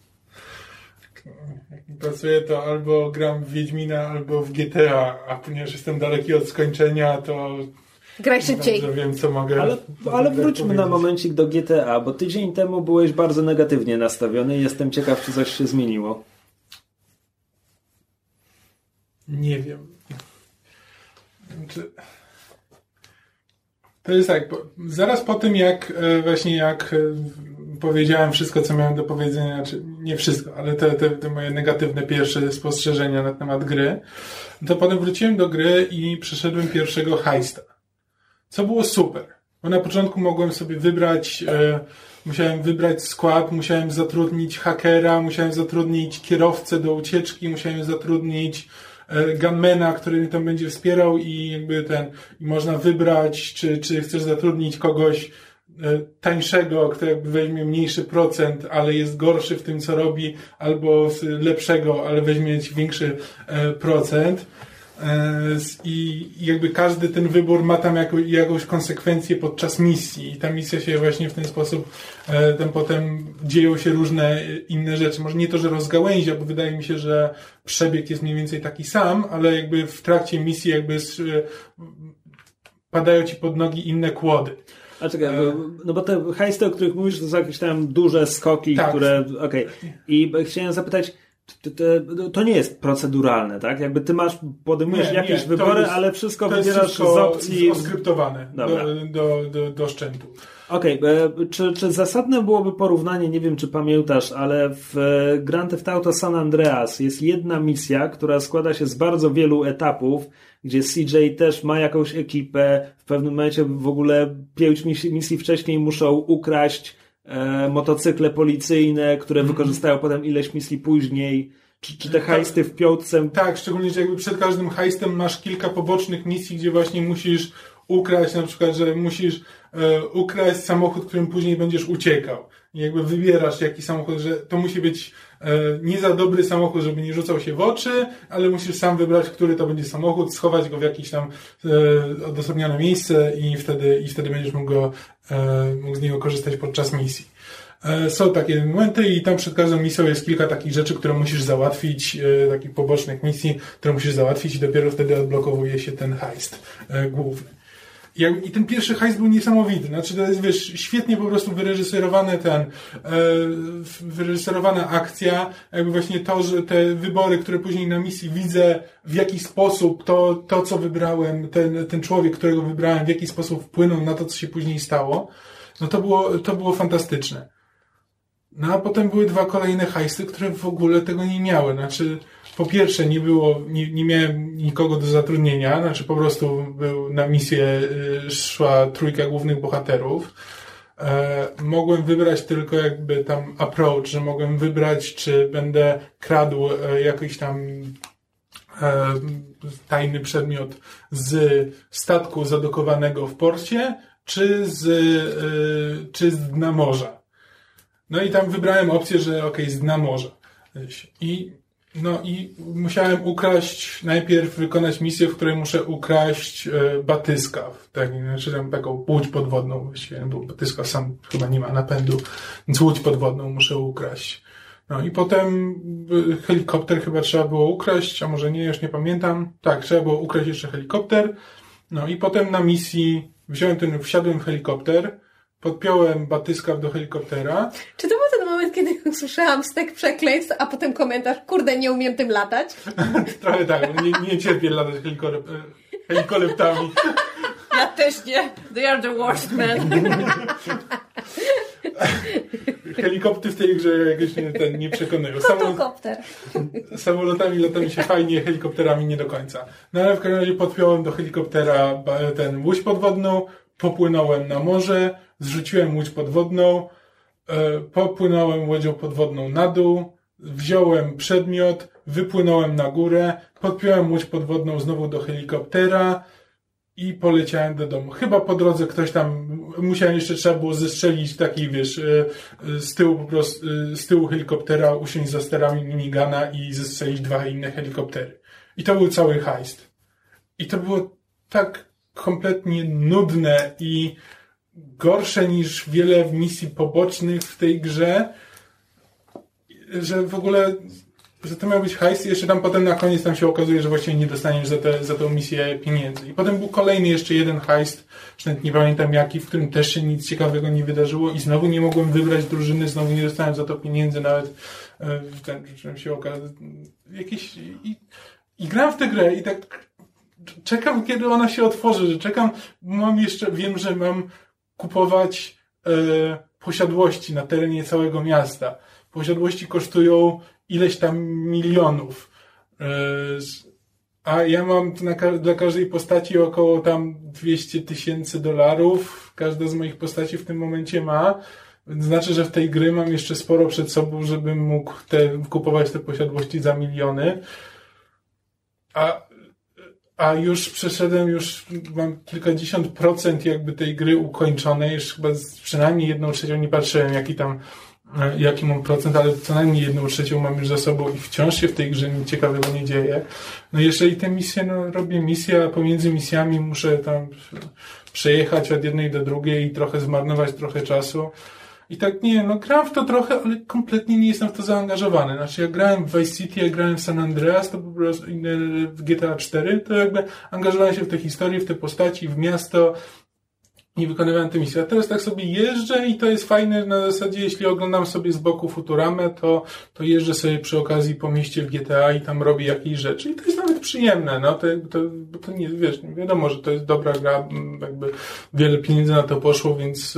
Jak nie pracuję, to albo gram w Wiedźmina, albo w GTA, a ponieważ jestem daleki od skończenia, to graj szybciej. Dobrze wiem, co mogę. Ale wróćmy na momencik do GTA, bo tydzień temu byłeś bardzo negatywnie nastawiony i jestem ciekaw, czy coś się zmieniło. Nie wiem. Znaczy, to jest tak, zaraz po tym jak powiedziałem wszystko, co miałem do powiedzenia, znaczy nie wszystko, ale te moje negatywne pierwsze spostrzeżenia na temat gry, to potem wróciłem do gry i przeszedłem pierwszego heista. Co było super. Bo na początku mogłem sobie musiałem wybrać skład, musiałem zatrudnić hakera, musiałem zatrudnić kierowcę do ucieczki, musiałem zatrudnić gunmana, który mi tam będzie wspierał i jakby i można wybrać, czy chcesz zatrudnić kogoś tańszego, kto jakby weźmie mniejszy procent, ale jest gorszy w tym, co robi, albo lepszego, ale weźmie większy procent. I jakby każdy ten wybór ma tam jakąś konsekwencję podczas misji i ta misja się właśnie w ten sposób tam potem dzieją się różne inne rzeczy. Może nie to, że rozgałęzia, bo wydaje mi się, że przebieg jest mniej więcej taki sam, ale jakby w trakcie misji jakby padają ci pod nogi inne kłody. A czekaj, bo te heisty, o których mówisz, to są jakieś tam duże skoki, tak, które... Okej. I chciałem zapytać, to nie jest proceduralne, tak? Jakby ty podejmujesz jakieś wybory, ale wszystko wybierasz z opcji... oskryptowane do szczętu. Okej. Czy zasadne byłoby porównanie, nie wiem czy pamiętasz, ale w Grand Theft Auto San Andreas jest jedna misja, która składa się z bardzo wielu etapów, gdzie CJ też ma jakąś ekipę, w pewnym momencie w ogóle 5 misji wcześniej muszą ukraść motocykle policyjne, które wykorzystają potem ileś misji później. Czy te heisty w piątce... Tak, szczególnie, że jakby przed każdym heistem masz kilka pobocznych misji, gdzie właśnie musisz ukraść, na przykład, że musisz ukraść samochód, którym później będziesz uciekał. I jakby wybierasz jaki samochód, że to musi być nie za dobry samochód, żeby nie rzucał się w oczy, ale musisz sam wybrać, który to będzie samochód, schować go w jakieś tam odosobnione miejsce i wtedy będziesz mógł z niego korzystać podczas misji. Są takie momenty i tam przed każdą misją jest kilka takich rzeczy, które musisz załatwić, takich pobocznych misji, które musisz załatwić i dopiero wtedy odblokowuje się ten heist główny. I ten pierwszy heist był niesamowity. Znaczy, to jest, wiesz, świetnie po prostu wyreżyserowana akcja. Jakby właśnie to, że te wybory, które później na misji widzę, w jaki sposób to co wybrałem, ten człowiek, którego wybrałem, w jaki sposób wpłynął na to, co się później stało. No to było fantastyczne. No a potem były 2 kolejne heisty, które w ogóle tego nie miały. Znaczy, po pierwsze nie miałem nikogo do zatrudnienia, znaczy po prostu na misję szła 3 głównych bohaterów. Mogłem wybrać tylko jakby tam approach, że mogłem wybrać, czy będę kradł jakiś tam tajny przedmiot z statku zadokowanego w porcie, czy z dna morza. No i tam wybrałem opcję, że z dna morza. I musiałem wykonać misję, w której muszę ukraść batyskaw. Znaczy tam taką łódź podwodną właściwie, bo batyskaw sam chyba nie ma napędu, więc łódź podwodną muszę ukraść. No i potem helikopter chyba trzeba było ukraść, a może nie, już nie pamiętam. Tak, trzeba było ukraść jeszcze helikopter. No i potem na misji wsiadłem w helikopter, podpiąłem batyskaw do helikoptera. Czy to był ten moment, kiedy usłyszałam stek przekleństw, a potem komentarz, kurde, nie umiem tym latać? Trochę tak, nie cierpię latać helikopterami. Ja też nie. They are the worst, man. Helikoptery w tej grze jakieś nie przekonują. Kotokopter. Samolotami latami się fajnie, helikopterami nie do końca. No ale w każdym razie podpiąłem do helikoptera łódź podwodną, popłynąłem na morze, zrzuciłem łódź podwodną, popłynąłem łodzią podwodną na dół, wziąłem przedmiot, wypłynąłem na górę, podpiąłem łódź podwodną znowu do helikoptera i poleciałem do domu. Chyba po drodze ktoś tam, trzeba było zestrzelić taki, z tyłu po prostu, z tyłu helikoptera usiąść za sterami minigana i zestrzelić 2 inne helikoptery. I to był cały heist. I to było tak kompletnie nudne i gorsze niż wiele misji pobocznych w tej grze, że w ogóle, że to miał być heist i jeszcze tam potem na koniec tam się okazuje, że właściwie nie dostaniesz za tę misję pieniędzy. I potem był kolejny jeszcze jeden heist, już nawet nie pamiętam jaki, w którym też się nic ciekawego nie wydarzyło i znowu nie mogłem wybrać drużyny, znowu nie dostałem za to pieniędzy, nawet czym się okazało i gram w tę grę i tak czekam, kiedy ona się otworzy, że czekam, wiem, że mam kupować posiadłości na terenie całego miasta. Posiadłości kosztują ileś tam milionów. A ja mam dla każdej postaci około tam $200,000. Każda z moich postaci w tym momencie ma. Więc znaczy, że w tej gry mam jeszcze sporo przed sobą, żebym mógł kupować te posiadłości za miliony. A już przeszedłem, mam kilkadziesiąt procent jakby tej gry ukończonej, już chyba przynajmniej 1/3, nie patrzyłem jaki mam procent, ale co najmniej 1/3 mam już za sobą i wciąż się w tej grze nic ciekawego nie dzieje. No jeżeli te misje, robię misję, a pomiędzy misjami muszę tam przejechać od jednej do drugiej i trochę zmarnować trochę czasu. I tak gram w to trochę, ale kompletnie nie jestem w to zaangażowany. Znaczy ja grałem w Vice City, ja grałem w San Andreas, to po prostu w GTA 4, to jakby angażowałem się w te historie, w te postaci, w miasto i wykonywałem te misje. A teraz tak sobie jeżdżę i to jest fajne na zasadzie, jeśli oglądam sobie z boku Futuramę, to jeżdżę sobie przy okazji po mieście w GTA i tam robię jakieś rzeczy i to jest nawet przyjemne, to nie, nie wiadomo, że to jest dobra gra, jakby wiele pieniędzy na to poszło, więc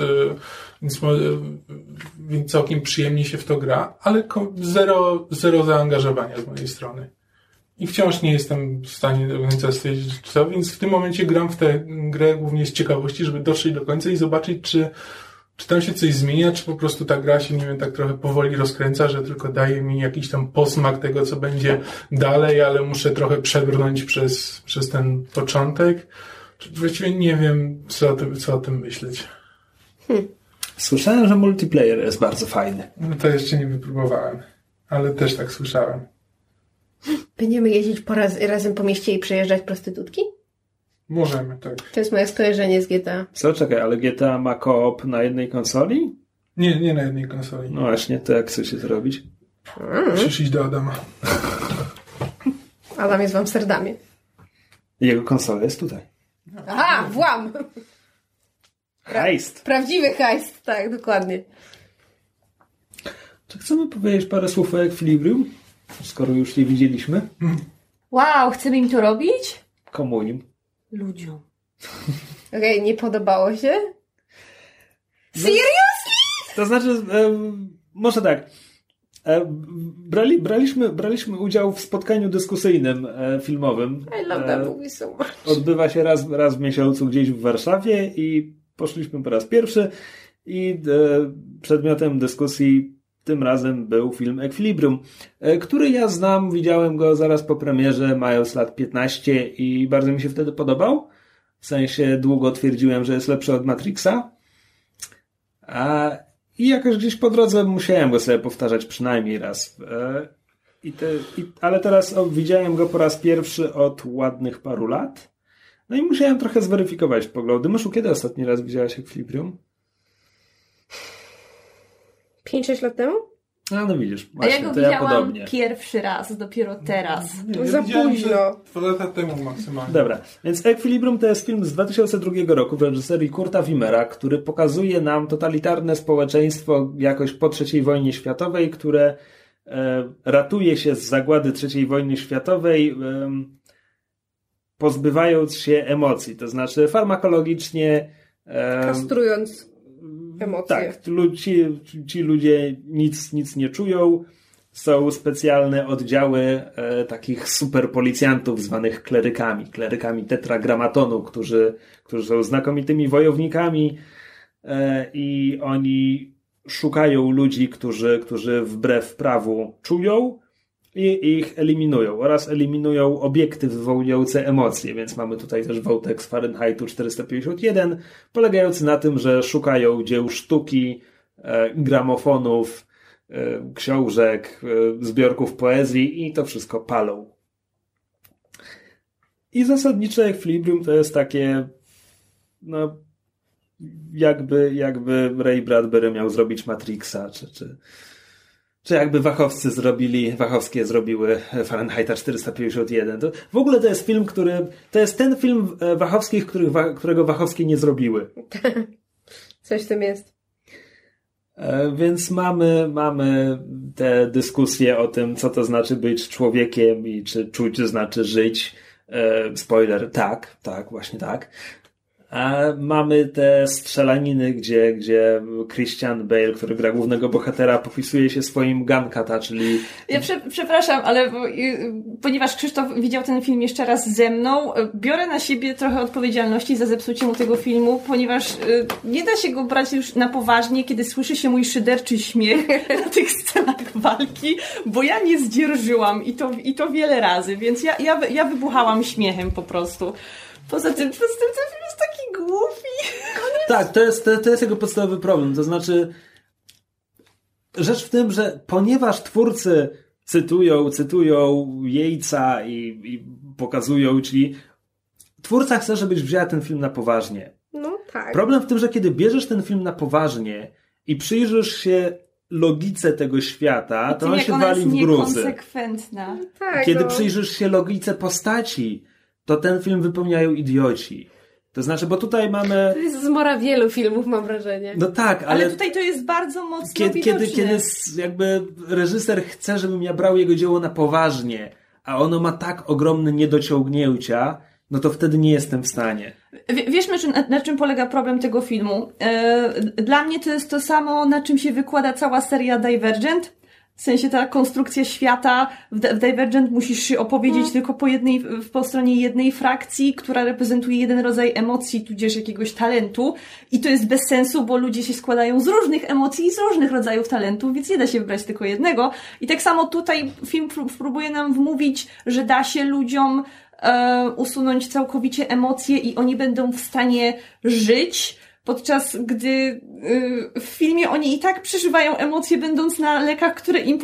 całkiem przyjemnie się w to gra, ale zero zaangażowania z mojej strony. I wciąż nie jestem w stanie do końca stwierdzić co, więc w tym momencie gram w tę grę głównie z ciekawości, żeby dotrzeć do końca i zobaczyć, czy tam się coś zmienia, czy po prostu ta gra się, tak trochę powoli rozkręca, że tylko daje mi jakiś tam posmak tego, co będzie dalej, ale muszę trochę przebrnąć przez ten początek. Właściwie nie wiem, co o tym myśleć. Słyszałem, że multiplayer jest bardzo fajny. No to jeszcze nie wypróbowałem, ale też tak słyszałem. Będziemy jeździć razem po mieście i przejeżdżać prostytutki? Możemy, tak. To jest moje skojarzenie z GTA. Co, czekaj, ale GTA ma co-op na jednej konsoli? Nie na jednej konsoli. No właśnie, to jak chcecie to robić? Musisz iść do Adama. Adam jest w Amsterdamie. Jego konsola jest tutaj. Aha, włam! Heist. Prawdziwy heist, tak, dokładnie. Czy chcemy powiedzieć parę słów o Equilibrium? Skoro już je widzieliśmy. Wow, chcemy im to robić? Komu im? Ludziom. Okej, nie podobało się? Seriously? To znaczy, może tak. Braliśmy udział w spotkaniu dyskusyjnym filmowym. I love that movie so much. Odbywa się raz w miesiącu gdzieś w Warszawie i poszliśmy po raz pierwszy i przedmiotem dyskusji tym razem był film Equilibrium, który ja znam, widziałem go zaraz po premierze, mając lat 15 i bardzo mi się wtedy podobał. W sensie długo twierdziłem, że jest lepszy od Matrixa. I jakoś gdzieś po drodze musiałem go sobie powtarzać przynajmniej raz. Ale teraz widziałem go po raz pierwszy od ładnych paru lat. No i musiałem trochę zweryfikować poglądy. Myszu, kiedy ostatni raz widziałaś Equilibrium? 5-6 lat temu? No widzisz, właśnie, a ja go widziałam podobnie. pierwszy raz, dopiero teraz. Nie, za późno. 2 lata temu maksymalnie. Dobra, więc Equilibrium to jest film z 2002 roku w reżyserii Kurta Wimmera, który pokazuje nam totalitarne społeczeństwo jakoś po III wojnie światowej, które ratuje się z zagłady III wojny światowej, pozbywając się emocji, to znaczy farmakologicznie kastrując. emocje. Tak, ci ludzie nic nie czują. Są specjalne oddziały takich super policjantów zwanych klerykami tetragrammatonu, którzy są znakomitymi wojownikami i oni szukają ludzi, którzy wbrew prawu czują i ich eliminują oraz eliminują obiekty wywołujące emocje, więc mamy tutaj też wątek z Fahrenheitu 451 polegający na tym, że szukają dzieł sztuki, gramofonów, książek, zbiorków poezji i to wszystko palą. I zasadnicze Equilibrium to jest takie jakby Ray Bradbury miał zrobić Matrixa, czy jakby Wachowskie zrobiły Fahrenheita 451. To w ogóle to jest film, to jest ten film Wachowskich, którego Wachowskie nie zrobiły. Coś w tym jest. Więc mamy te dyskusje o tym, co to znaczy być człowiekiem i czy czuć znaczy żyć. Spoiler, tak, właśnie tak. A mamy te strzelaniny, gdzie Christian Bale, który gra głównego bohatera, popisuje się swoim gun kata, czyli... Ja przepraszam, ale ponieważ Krzysztof widział ten film jeszcze raz ze mną, biorę na siebie trochę odpowiedzialności za zepsucie mu tego filmu, ponieważ nie da się go brać już na poważnie, kiedy słyszy się mój szyderczy śmiech na tych scenach walki, bo ja nie zdzierżyłam i to wiele razy, więc ja wybuchałam śmiechem po prostu. Poza tym ten film jest taki głupi. Tak, to jest jego podstawowy problem. To znaczy, rzecz w tym, że ponieważ twórcy cytują Yeatsa i pokazują, czyli twórca chce, żebyś wzięła ten film na poważnie. No tak. Problem w tym, że kiedy bierzesz ten film na poważnie i przyjrzysz się logice tego świata, to on się wali w gruzy. Niekonsekwentna. Tak, Kiedy przyjrzysz się logice postaci, to ten film wypełniają idioci. To znaczy, bo tutaj mamy... To jest zmora wielu filmów, mam wrażenie. No tak, ale tutaj to jest bardzo mocno widoczne. Kiedy jakby reżyser chce, żebym ja brał jego dzieło na poważnie, a ono ma tak ogromne niedociągnięcia, no to wtedy nie jestem w stanie. Wiesz, na czym polega problem tego filmu? Dla mnie to jest to samo, na czym się wykłada cała seria Divergent. W sensie ta konstrukcja świata w Divergent musisz się opowiedzieć tylko po stronie jednej frakcji, która reprezentuje jeden rodzaj emocji, tudzież jakiegoś talentu. I to jest bez sensu, bo ludzie się składają z różnych emocji i z różnych rodzajów talentów, więc nie da się wybrać tylko jednego. I tak samo tutaj film próbuje nam wmówić, że da się ludziom usunąć całkowicie emocje i oni będą w stanie żyć, podczas gdy w filmie oni i tak przeżywają emocje, będąc na lekach, które im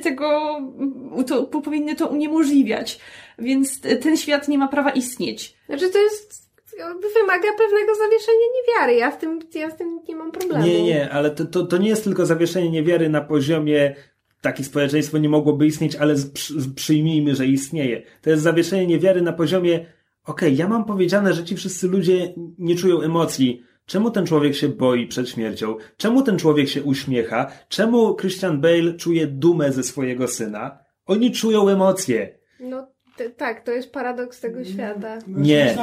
powinny to uniemożliwiać. Więc ten świat nie ma prawa istnieć. Znaczy to wymaga pewnego zawieszenia niewiary. Ja z tym nie mam problemu. Nie, ale to nie jest tylko zawieszenie niewiary na poziomie takie społeczeństwo nie mogłoby istnieć, ale przyjmijmy, że istnieje. To jest zawieszenie niewiary na poziomie ja mam powiedziane, że ci wszyscy ludzie nie czują emocji. Czemu ten człowiek się boi przed śmiercią? Czemu ten człowiek się uśmiecha? Czemu Christian Bale czuje dumę ze swojego syna? Oni czują emocje. No tak, to jest paradoks tego świata. Nie.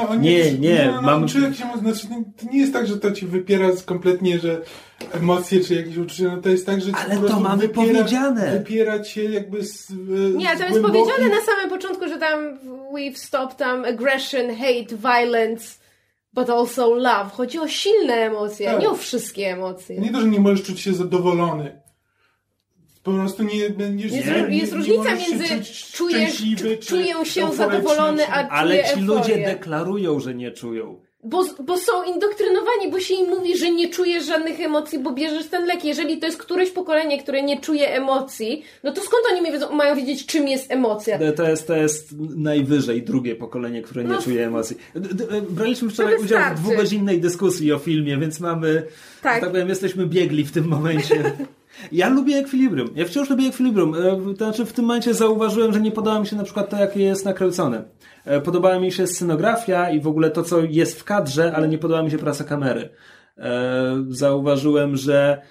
To nie jest tak, że to ci wypiera kompletnie, że emocje czy jakieś uczucia, no to jest tak, że ale to mamy powiedziane. Wypiera cię jakby nie, to jest powiedziane na samym początku, że tam we've stopped tam aggression, hate, violence, but also love. Chodzi o silne emocje, tak. Nie o wszystkie emocje. Nie to, że nie możesz czuć się zadowolony. Po prostu nie będziesz... Jest różnica między czuję się zadowolony, a ale ci euforię. ludzie deklarują, że nie czują. Bo są indoktrynowani, bo się im mówi, że nie czujesz żadnych emocji, bo bierzesz ten lek. Jeżeli to jest któreś pokolenie, które nie czuje emocji, no to skąd oni mają wiedzieć, czym jest emocja? To jest najwyżej drugie pokolenie, które nie czuje emocji. Braliśmy wczoraj udział w 2-godzinnej dyskusji o filmie, więc mamy, tak powiem, jesteśmy biegli w tym momencie. Ja lubię Equilibrium. Ja wciąż lubię Equilibrium. To znaczy w tym momencie zauważyłem, że nie podoba mi się na przykład to, jakie jest nakręcone. Podobała mi się scenografia i w ogóle to, co jest w kadrze, ale nie podoba mi się praca kamery. Zauważyłem, że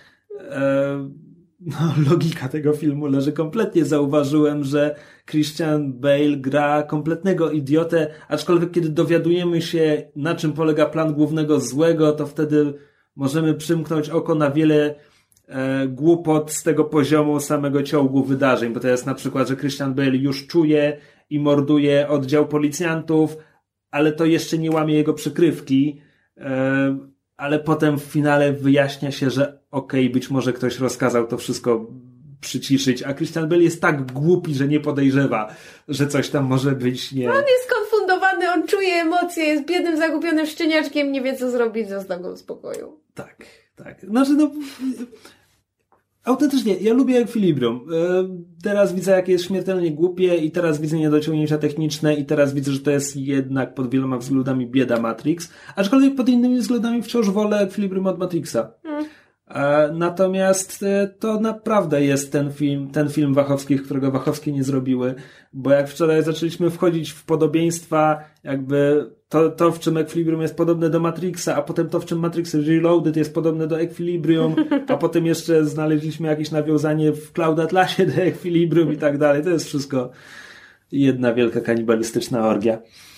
logika tego filmu leży kompletnie. Zauważyłem, że Christian Bale gra kompletnego idiotę, aczkolwiek kiedy dowiadujemy się, na czym polega plan głównego złego, to wtedy możemy przymknąć oko na wiele głupot z tego poziomu samego ciągu wydarzeń, bo to jest na przykład, że Christian Bale już czuje i morduje oddział policjantów, ale to jeszcze nie łamie jego przykrywki, ale potem w finale wyjaśnia się, że być może ktoś rozkazał to wszystko przyciszyć, a Christian Bale jest tak głupi, że nie podejrzewa, że coś tam może być nie... On jest konfundowany, on czuje emocje, jest biednym, zagubionym szczeniaczkiem, nie wie co zrobić, zostaw go w spokoju. Tak. Znaczy, autentycznie, ja lubię Equilibrium. Teraz widzę, jakie jest śmiertelnie głupie i teraz widzę niedociągnięcia techniczne i teraz widzę, że to jest jednak pod wieloma względami bieda Matrix, aczkolwiek pod innymi względami wciąż wolę Equilibrium od Matrixa. Natomiast to naprawdę jest ten film Wachowskich, którego Wachowskie nie zrobiły, bo jak wczoraj zaczęliśmy wchodzić w podobieństwa, jakby to w czym Equilibrium jest podobne do Matrixa, a potem to w czym Matrix Reloaded jest podobne do Equilibrium, a potem jeszcze znaleźliśmy jakieś nawiązanie w Cloud Atlasie do Equilibrium i tak dalej. To jest wszystko jedna wielka kanibalistyczna orgia.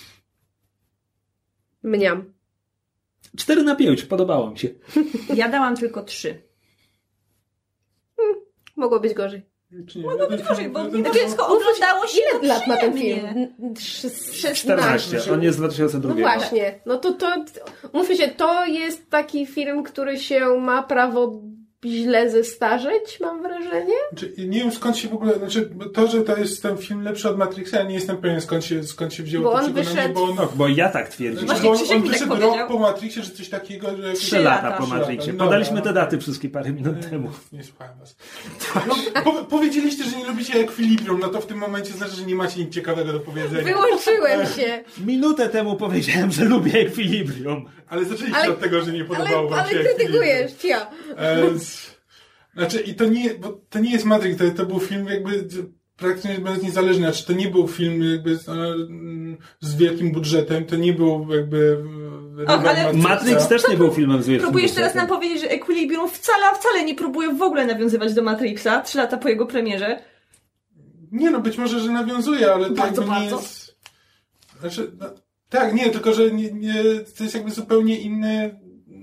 Mniam. 4/5, podobało mi się. Ja dałam tylko 3. Mogło być gorzej. Mogło być gorzej, bo Znaczy, dziecko oglądało się ile lat ma ten film? przyjemnie. 14, on jest z 2002. No właśnie, no to mówmy się, to jest taki film, który się ma prawo źle zestarzeć, mam wrażenie. Nie wiem skąd się w ogóle, to, że to jest ten film lepszy od Matrixa, ja nie jestem pewien skąd się wzięło Bo to on przekonanie, wyszedł... Bo ja tak twierdzę. Właśnie bo on Krzysiek mi tak wyszedł powiedział. rok po Matrixie, że coś takiego, że... 3 lata po 3 lata. Matrixie. No, Podaliśmy no, te daty wszystkie parę minut temu. Nie słuchałem was. No, powiedzieliście, że nie lubicie Equilibrium, no to w tym momencie znaczy, że nie macie nic ciekawego do powiedzenia. Wyłączyłem się. Minutę temu powiedziałem, że lubię Equilibrium. Ale zaczęliście od tego, że nie podobało wam się Ale krytykujesz, cia. I to nie jest Matrix, to był film jakby praktycznie niezależny, znaczy to nie był film jakby z wielkim budżetem, to nie był jakby... ale Matrix też nie był filmem z wielkim Próbujesz budżetem. teraz nam powiedzieć, że Equilibrium wcale nie próbuje w ogóle nawiązywać do Matrixa 3 lata po jego premierze? Nie no, być może, że nawiązuje, ale to Bardzo, jakby nie bardzo. jest... Znaczy, tak, nie, tylko że nie, to jest jakby zupełnie inny...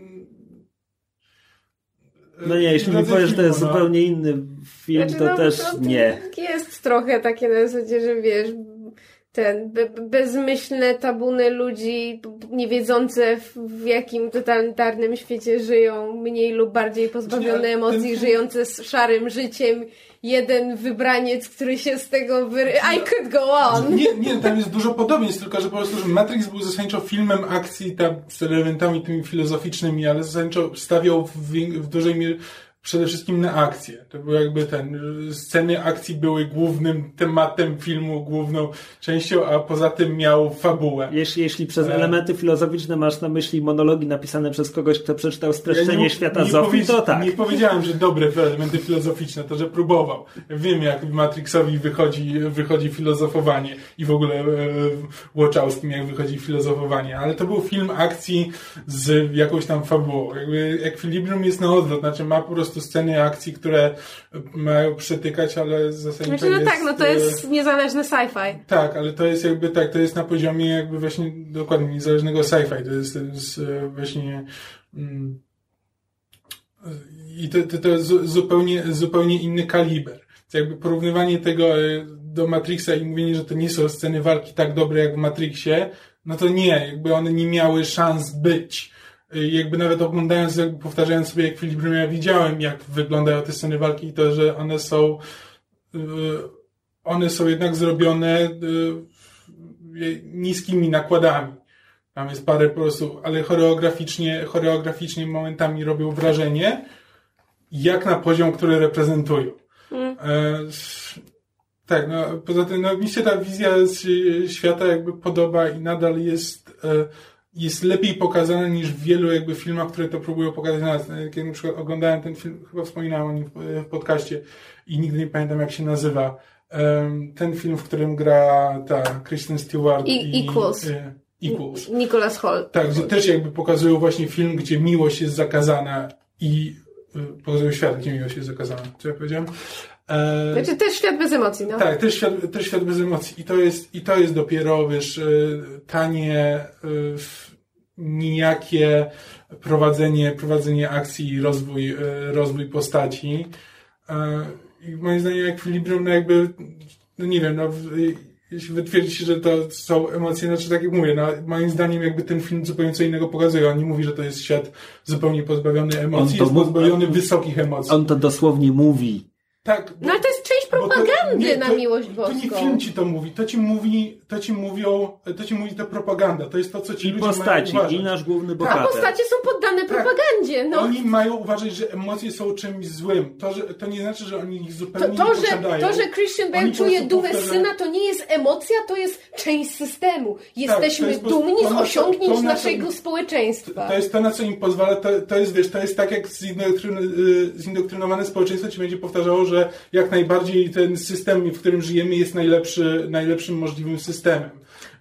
No nie, jeśli mi powiesz, że to jest zupełnie inny film, to też nie. Jest trochę takie na zasadzie, że wiesz, bezmyślne tabuny ludzi nie wiedzące w jakim totalitarnym świecie żyją, mniej lub bardziej pozbawione emocji, żyjące z szarym życiem. Jeden wybraniec, który się z tego I could go on! Nie, tam jest dużo podobieństw, tylko że po prostu, że Matrix był zasadniczo filmem akcji tam z elementami tymi filozoficznymi, ale zasadniczo stawiał w dużej mierze przede wszystkim na akcję. To był jakby sceny akcji były głównym tematem filmu, główną częścią, a poza tym miał fabułę. Jeśli przez elementy filozoficzne masz na myśli monologi napisane przez kogoś, kto przeczytał Streszczenie świata Zofii, to tak. Nie powiedziałem, że dobre elementy filozoficzne, to że próbował. Wiem, jak Matrixowi wychodzi filozofowanie i w ogóle Wachowskim jak wychodzi filozofowanie, ale to był film akcji z jakąś tam fabułą. Jakby Equilibrium jest na odwrót, znaczy ma po prostu sceny akcji, które mają przetykać, ale zasadniczo znaczy, to jest niezależny sci-fi. Tak, ale to jest jakby to jest na poziomie jakby właśnie dokładnie niezależnego sci-fi. To jest właśnie i to jest zupełnie inny kaliber. To jakby porównywanie tego do Matrixa i mówienie, że to nie są sceny walki tak dobre jak w Matrixie, no to nie, jakby one nie miały szans być. Jakby nawet oglądając, jakby powtarzając sobie Equilibrium, ja widziałem, jak wyglądają te sceny walki i to, że one są jednak zrobione niskimi nakładami. Tam jest parę po prostu, ale choreograficznie momentami robią wrażenie, jak na poziom, który reprezentują. Tak, no poza tym, no mi się ta wizja świata jakby podoba i nadal jest lepiej pokazana niż w wielu jakby filmach, które to próbują pokazać nas. Kiedy na przykład oglądałem ten film, chyba wspominałem o nim w podcaście i nigdy nie pamiętam jak się nazywa. Ten film, w którym gra Kristen Stewart Equals. Nicholas Hoult. Tak, gdzie też jakby pokazują właśnie film, gdzie miłość jest zakazana i pokazują świat, gdzie miłość jest zakazana. Co ja powiedziałem? Znaczy też świat bez emocji, no. Tak, też świat bez emocji. I to jest dopiero, wiesz, tanie, nijakie prowadzenie akcji i rozwój postaci. I moim zdaniem Equilibrium, no jakby, no nie wiem, no jeśli wy twierdzicie, że to są emocje, znaczy tak jak mówię, no moim zdaniem jakby ten film zupełnie co innego pokazuje. On nie mówi, że to jest świat zupełnie pozbawiony emocji, jest pozbawiony wysokich emocji. On to dosłownie mówi. Tak. No ale to jest część propagandy na miłość boską. To nie film ci to mówi, to ci mówi ta propaganda. To jest to, co ci I ludzie postaci, mają uważać. i nasz główny A bohater. postacie są poddane propagandzie. No. Oni mają uważać, że emocje są czymś złym. To nie znaczy, że oni ich zupełnie nie posiadają. To, że Christian Bale Oni po czuje prostu dumę powtarzają- syna, to nie jest emocja, to jest część systemu. Jesteśmy to jest po prostu dumni z to, osiągnięć to, naszego społeczeństwa. To jest to, na co im pozwala. To jest, wiesz, to jest tak, jak zindoktrynowane społeczeństwo ci będzie powtarzało, że jak najbardziej ten system, w którym żyjemy, jest najlepszym możliwym systemem.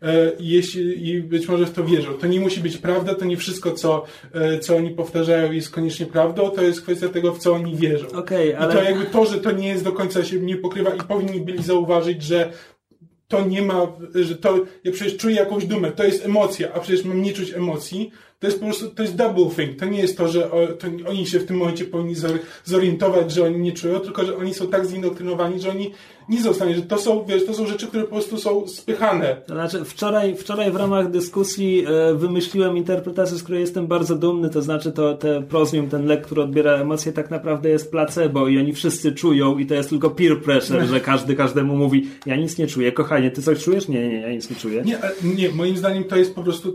I być może w to wierzą. To nie musi być prawda, to nie wszystko, co oni powtarzają, jest koniecznie prawdą, to jest kwestia tego, w co oni wierzą. Okej, ale... I to jakby to, że to nie jest do końca się nie pokrywa i powinni byli zauważyć, że to nie ma, że to, ja przecież czuję jakąś dumę, to jest emocja, a przecież mam nie czuć emocji, to jest po prostu, to jest double thing. To nie jest to, że oni się w tym momencie powinni zorientować, że oni nie czują, tylko że oni są tak zindoktrynowani, że oni nie są w stanie, że to są rzeczy, które po prostu są spychane. To znaczy, wczoraj w ramach dyskusji wymyśliłem interpretację, z której jestem bardzo dumny, to znaczy ten lek, który odbiera emocje, tak naprawdę jest placebo i oni wszyscy czują i to jest tylko peer pressure, że każdy każdemu mówi, ja nic nie czuję, kochanie, ty coś czujesz? Nie, ja nic nie czuję. Nie, moim zdaniem to jest po prostu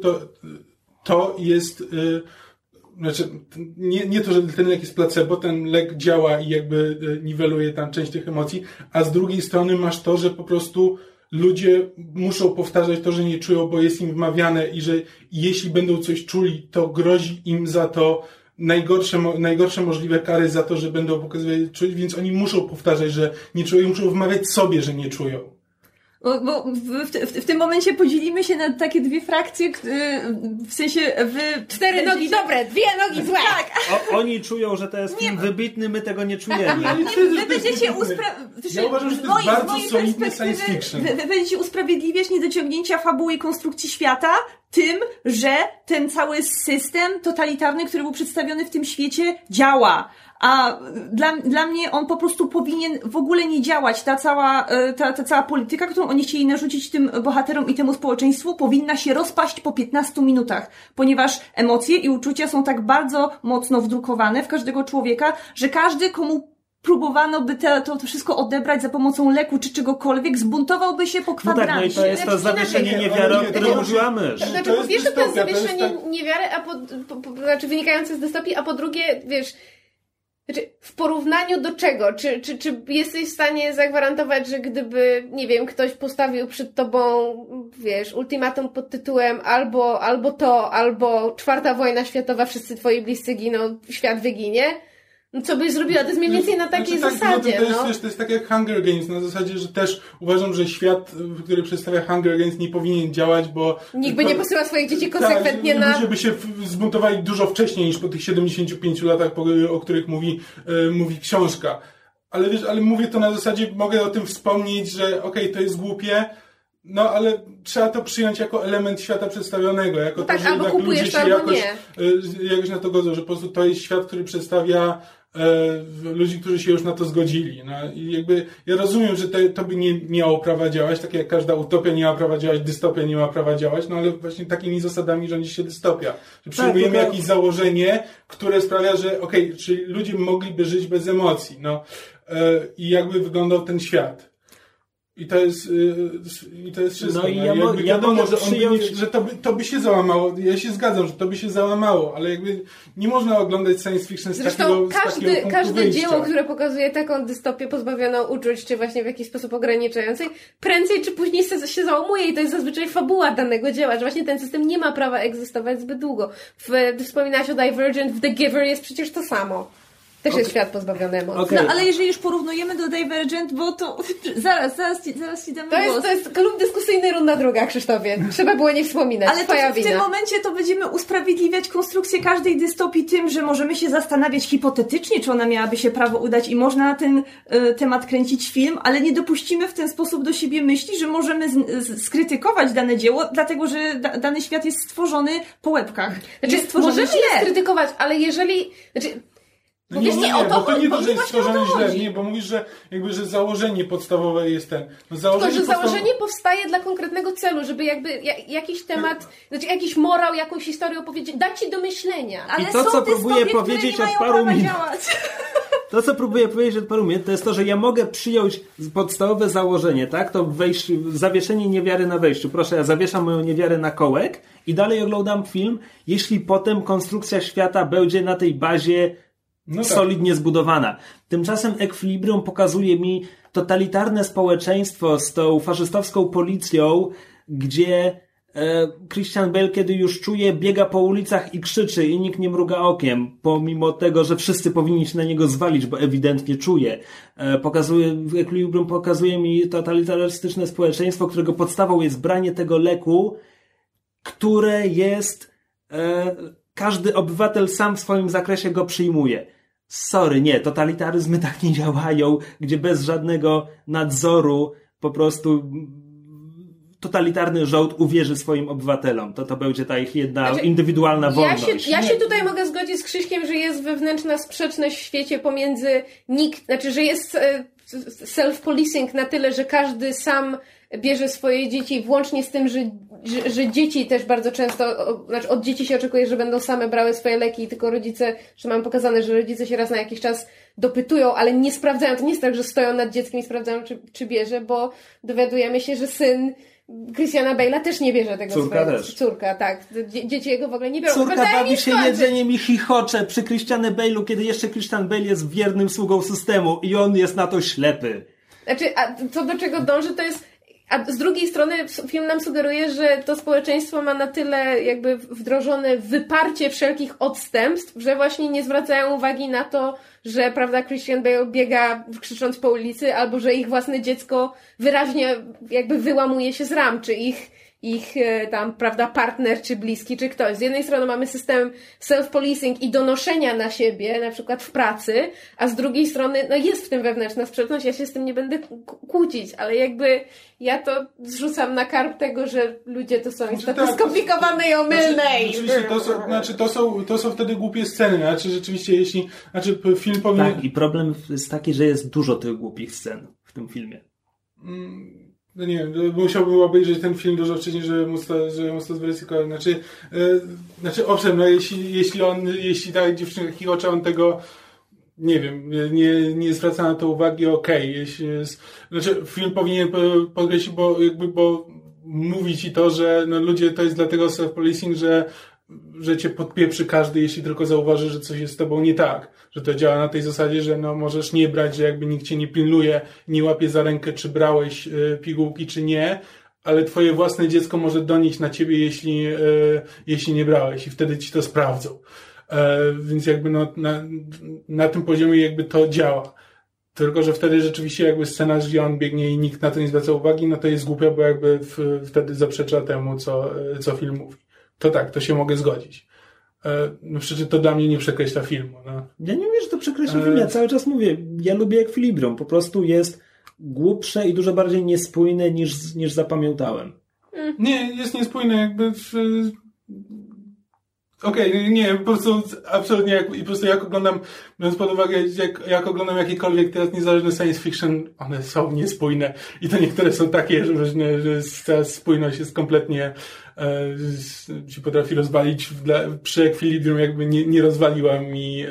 to jest, znaczy, nie to, że ten lek jest placebo, ten lek działa i jakby niweluje tam część tych emocji, a z drugiej strony masz to, że po prostu ludzie muszą powtarzać to, że nie czują, bo jest im wmawiane i że jeśli będą coś czuli, to grozi im za to najgorsze możliwe kary za to, że będą pokazywać czuć, więc oni muszą powtarzać, że nie czują i muszą wmawiać sobie, że nie czują. Bo w tym momencie podzielimy się na takie dwie frakcje, w sensie 4 nogi dobre, 2 nogi złe. Tak. Oni czują, że to jest film wybitny, my tego nie czujemy. Wy będziecie Ja uważam, że to jest bardzo solidny science fiction. Wy będziecie usprawiedliwiać niedociągnięcia fabuły i konstrukcji świata tym, że ten cały system totalitarny, który był przedstawiony w tym świecie, działa. A dla mnie on po prostu powinien w ogóle nie działać. Ta cała polityka, którą oni chcieli narzucić tym bohaterom i temu społeczeństwu, powinna się rozpaść po 15 minutach, ponieważ emocje i uczucia są tak bardzo mocno wdrukowane w każdego człowieka, że każdy, komu próbowano by to wszystko odebrać za pomocą leku czy czegokolwiek, zbuntowałby się po kwadransie. No tak, no i to jest to zawieszenie niewiary, o którym mówiła mysz. Znaczy, po pierwsze to jest zawieszenie niewiary, znaczy wynikające z dystopii, a po drugie, wiesz, znaczy, w porównaniu do czego? Czy jesteś w stanie zagwarantować, że gdyby, nie wiem, ktoś postawił przed tobą, wiesz, ultimatum pod tytułem albo 4. wojna światowa, wszyscy twoi bliscy giną, świat wyginie? No co byś zrobiła? To jest mniej więcej na takiej zasadzie, to jest tak jak Hunger Games, na zasadzie, że też uważam, że świat, który przedstawia Hunger Games, nie powinien działać, bo... Nikt by nie posyłał swoich dzieci konsekwentnie na... Ludzie by się zbuntowali dużo wcześniej niż po tych 75 latach, o których mówi książka. Ale wiesz, ale mówię to na zasadzie, mogę o tym wspomnieć, że okej, to jest głupie, no ale trzeba to przyjąć jako element świata przedstawionego, jako no to, tak, że albo jednak ludzie się jakoś na to godzą, że po prostu to jest świat, który przedstawia ludzi, którzy się już na to zgodzili. No i jakby ja rozumiem, że to by nie miało prawa działać, tak jak każda utopia nie ma prawa działać, dystopia nie ma prawa działać, no ale właśnie takimi zasadami rządzi się dystopia. Że przyjmujemy jakieś założenie, które sprawia, że czyli ludzie mogliby żyć bez emocji, no i jakby wyglądał ten świat. I to jest wszystko. No i ja wiadomo, mogę przyjąć... że to by się załamało. Ja się zgadzam, że to by się załamało, ale jakby nie można oglądać science fiction z takiego punktu każde wyjścia. dzieło, które pokazuje taką dystopię pozbawioną uczuć, czy właśnie w jakiś sposób ograniczającej, prędzej czy później się załamuje i to jest zazwyczaj fabuła danego dzieła, że właśnie ten system nie ma prawa egzystować zbyt długo. Wspominałaś o Divergent, w The Giver jest przecież to samo. Też jest świat pozbawiony emocji. Okay. No, ale jeżeli już porównujemy do Divergent, bo to... Zaraz ci damy głos. To jest klub dyskusyjny, runda druga, Krzysztofie. Trzeba było nie wspominać. Ale to w tym momencie to będziemy usprawiedliwiać konstrukcję każdej dystopii tym, że możemy się zastanawiać hipotetycznie, czy ona miałaby się prawo udać i można na ten temat kręcić film, ale nie dopuścimy w ten sposób do siebie myśli, że możemy skrytykować dane dzieło, dlatego że dany świat jest stworzony po łebkach. Znaczy, możemy je skrytykować, ale jeżeli... Bo to nie to, że jest stworzony źle, nie, bo mówisz, że jakby, że założenie podstawowe jest ten. No założenie powstaje dla konkretnego celu, żeby jakby jakiś temat, znaczy jakiś morał, jakąś historię opowiedzieć, dać ci do myślenia. Ale i to, co próbuję powiedzieć od paru minut. To, co próbuję powiedzieć od paru minut, to jest to, że ja mogę przyjąć podstawowe założenie, tak? To zawieszenie niewiary na wejściu. Proszę, ja zawieszam moją niewiarę na kołek i dalej oglądam film, jeśli potem konstrukcja świata będzie na tej bazie solidnie zbudowana. Tymczasem Equilibrium pokazuje mi totalitarne społeczeństwo z tą faszystowską policją, gdzie Christian Bale, kiedy już czuje, biega po ulicach i krzyczy i nikt nie mruga okiem, pomimo tego, że wszyscy powinni się na niego zwalić, bo ewidentnie czuje. Equilibrium pokazuje mi totalitarystyczne społeczeństwo, którego podstawą jest branie tego leku, które jest każdy obywatel sam w swoim zakresie go przyjmuje. Sorry, nie, totalitaryzmy tak nie działają, gdzie bez żadnego nadzoru po prostu totalitarny rząd uwierzy swoim obywatelom. To będzie ta ich jedna indywidualna wolność. Ja się tutaj mogę zgodzić z Krzyśkiem, że jest wewnętrzna sprzeczność w świecie pomiędzy że jest self-policing na tyle, że każdy sam bierze swoje dzieci, włącznie z tym, że dzieci też bardzo często, od dzieci się oczekuje, że będą same brały swoje leki i tylko rodzice, że mamy pokazane, że rodzice się raz na jakiś czas dopytują, ale nie sprawdzają, to nie jest tak, że stoją nad dzieckiem i sprawdzają, czy bierze, bo dowiadujemy się, że syn Christiana Bale'a też nie bierze tego Córka, tak. Dzieci jego w ogóle nie biorą. Córka bawi się jedzeniem i chichocze przy Christianie Bale'u, kiedy jeszcze Christian Bale jest wiernym sługą systemu i on jest na to ślepy. Znaczy, a to do czego dąży, to jest... A z drugiej strony film nam sugeruje, że to społeczeństwo ma na tyle jakby wdrożone wyparcie wszelkich odstępstw, że właśnie nie zwracają uwagi na to, że, prawda, Christian Bale biega krzycząc po ulicy, albo że ich własne dziecko wyraźnie jakby wyłamuje się z ram, czy ich tam, prawda, partner, czy bliski, czy ktoś. Z jednej strony mamy system self-policing i donoszenia na siebie, na przykład w pracy, a z drugiej strony, jest w tym wewnętrzna sprzeczność, ja się z tym nie będę kłócić, ale jakby ja to zrzucam na karb tego, że ludzie to są istotnie skomplikowane i omylne. Oczywiście to są wtedy głupie sceny, rzeczywiście film powinien... Tak, i problem jest taki, że jest dużo tych głupich scen w tym filmie. No nie wiem, musiałbym obejrzeć ten film dużo wcześniej, żeby móc to zweryfikować. Owszem, jeśli ta dziewczyna chichocza, on tego, nie wiem, nie zwraca na to uwagi, okej. Film powinien podkreślić, bo mówi ci to, że ludzie, to jest dlatego self-policing, że cię podpieprzy każdy, jeśli tylko zauważy, że coś jest z tobą nie tak. Że to działa na tej zasadzie, że możesz nie brać, że jakby nikt cię nie pilnuje, nie łapie za rękę, czy brałeś pigułki, czy nie, ale twoje własne dziecko może donieść na ciebie, jeśli nie brałeś i wtedy ci to sprawdzą. Więc jakby na tym poziomie jakby to działa. Tylko, że wtedy rzeczywiście jakby scena, gdzie on biegnie i nikt na to nie zwraca uwagi, to jest głupia, bo jakby wtedy zaprzecza temu, co film mówi. To tak, to się mogę zgodzić. Przecież to dla mnie nie przekreśla filmu. Ja nie mówię, że to przekreśla film, ja cały czas mówię, ja lubię Equilibrium, po prostu jest głupsze i dużo bardziej niespójne niż zapamiętałem. Nie, jest niespójne jakby nie, po prostu absolutnie, po prostu jak oglądam, biorąc pod uwagę, jak oglądam jakiekolwiek teraz niezależne science fiction, one są niespójne i to niektóre są takie, że ta spójność jest kompletnie się potrafi rozwalić. Przy Equilibrium jakby nie rozwaliła mi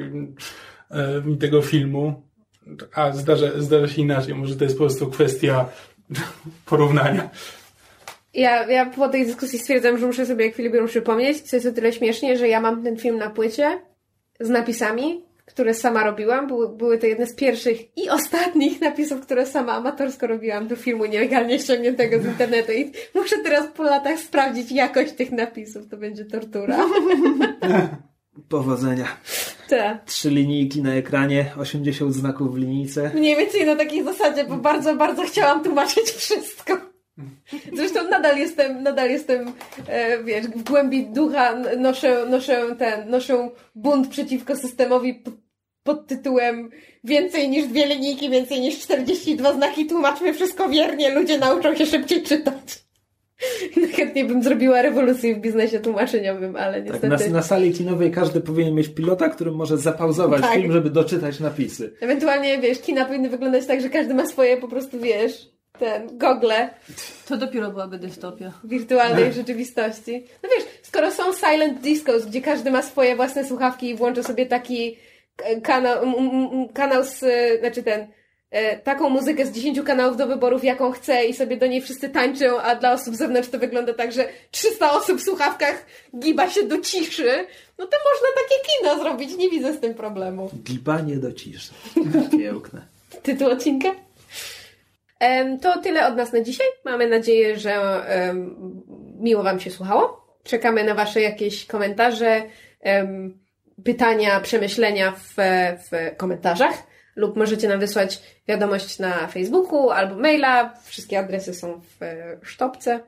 tego filmu. A zdarza się inaczej, może to jest po prostu kwestia porównania. Ja po tej dyskusji stwierdzam, że muszę sobie Equilibrium przypomnieć, co jest o tyle śmiesznie, że ja mam ten film na płycie z napisami, które sama robiłam. Były to jedne z pierwszych i ostatnich napisów, które sama amatorsko robiłam do filmu nielegalnie ściągniętego z internetu i muszę teraz po latach sprawdzić jakość tych napisów. To będzie tortura. Powodzenia. Tak. 3 linijki na ekranie, 80 znaków w linijce. Mniej więcej na takiej zasadzie, bo bardzo, bardzo chciałam tłumaczyć wszystko. Zresztą nadal jestem, wiesz, w głębi ducha noszę bunt przeciwko systemowi pod tytułem więcej niż 2 linijki, więcej niż 42 znaki, tłumaczmy wszystko wiernie, ludzie nauczą się szybciej czytać. Chętnie bym zrobiła rewolucję w biznesie tłumaczeniowym, ale niestety... Tak, na sali kinowej każdy powinien mieć pilota, który może zapauzować film, żeby doczytać napisy. Ewentualnie, wiesz, kina powinny wyglądać tak, że każdy ma swoje po prostu, wiesz, gogle. To dopiero byłaby dystopia. Wirtualnej rzeczywistości. No wiesz, skoro są silent discos, gdzie każdy ma swoje własne słuchawki i włącza sobie taki kanał z, taką muzykę z 10 kanałów do wyborów, jaką chce i sobie do niej wszyscy tańczą, a dla osób z zewnątrz to wygląda tak, że 300 osób w słuchawkach giba się do ciszy, no to można takie kino zrobić, nie widzę z tym problemu. Gibanie do ciszy. Piękne. Tytuł odcinka? To tyle od nas na dzisiaj. Mamy nadzieję, że miło Wam się słuchało. Czekamy na Wasze jakieś komentarze, pytania, przemyślenia w komentarzach lub możecie nam wysłać wiadomość na Facebooku albo maila. Wszystkie adresy są w sztopce.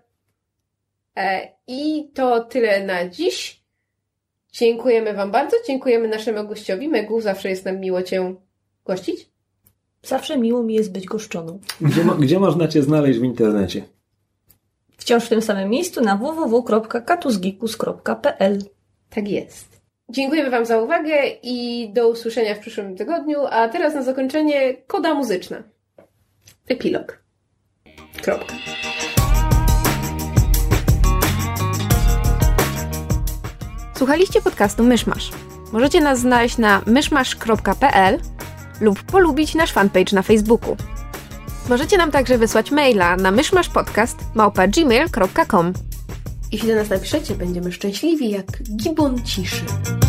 I to tyle na dziś. Dziękujemy Wam bardzo. Dziękujemy naszemu gościowi. Megu, zawsze jest nam miło Cię gościć. Zawsze miło mi jest być goszczoną. Gdzie można Cię znaleźć w internecie? Wciąż w tym samym miejscu na www.katusgikus.pl. Tak jest. Dziękujemy Wam za uwagę i do usłyszenia w przyszłym tygodniu. A teraz na zakończenie koda muzyczna. Epilog. Kropka. Słuchaliście podcastu Myszmasz. Możecie nas znaleźć na myszmasz.pl lub polubić nasz fanpage na Facebooku. Możecie nam także wysłać maila na myszmaszpodcast@gmail.com. Jeśli do nas napiszecie, będziemy szczęśliwi jak gibon ciszy.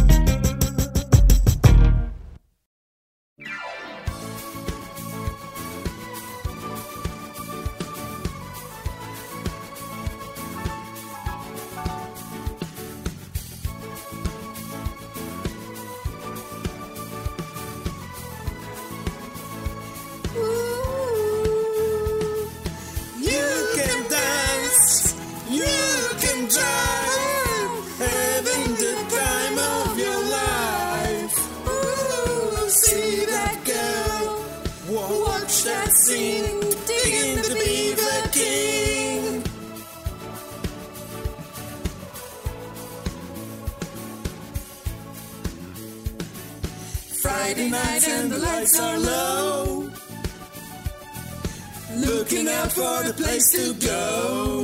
Friday night and the lights are low, looking out for the place to go,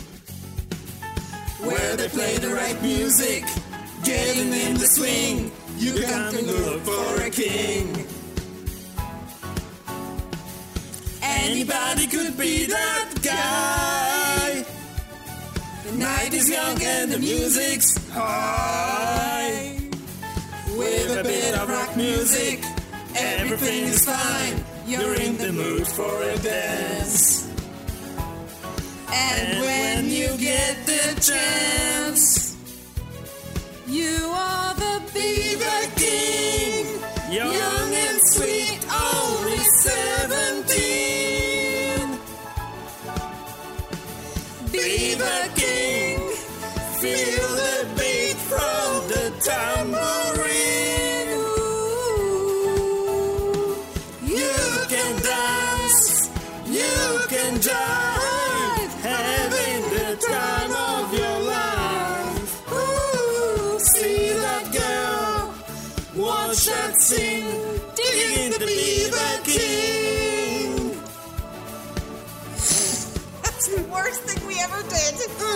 where they play the right music, getting in the swing. You come to look for a king. Anybody could be that guy. The night is young and the music's high. With a bit of rock music, everything is fine. You're in the mood for a dance. And when you get the chance, you are the Beaver King. Young and sweet, only 17. Beaver King, feel the beat from the tambourine. You can dance, you can jive, having the time of your life. Ooh, see that girl, watch that scene, digging the Beaver King. That's the worst thing we ever did.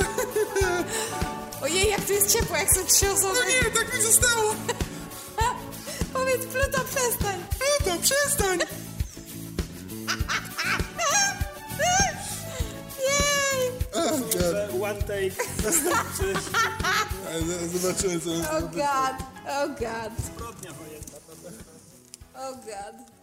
Ojej, jak tu jest ciepło, jak są 3 osoby. No nie, tak mi zostało. Powiedz, Pluto, przestań. Pluto, przestań. Jej. Oh God. One take. Zobaczymy, co on Oh God. Oh God. Zbrodnia wojenna. Oh God.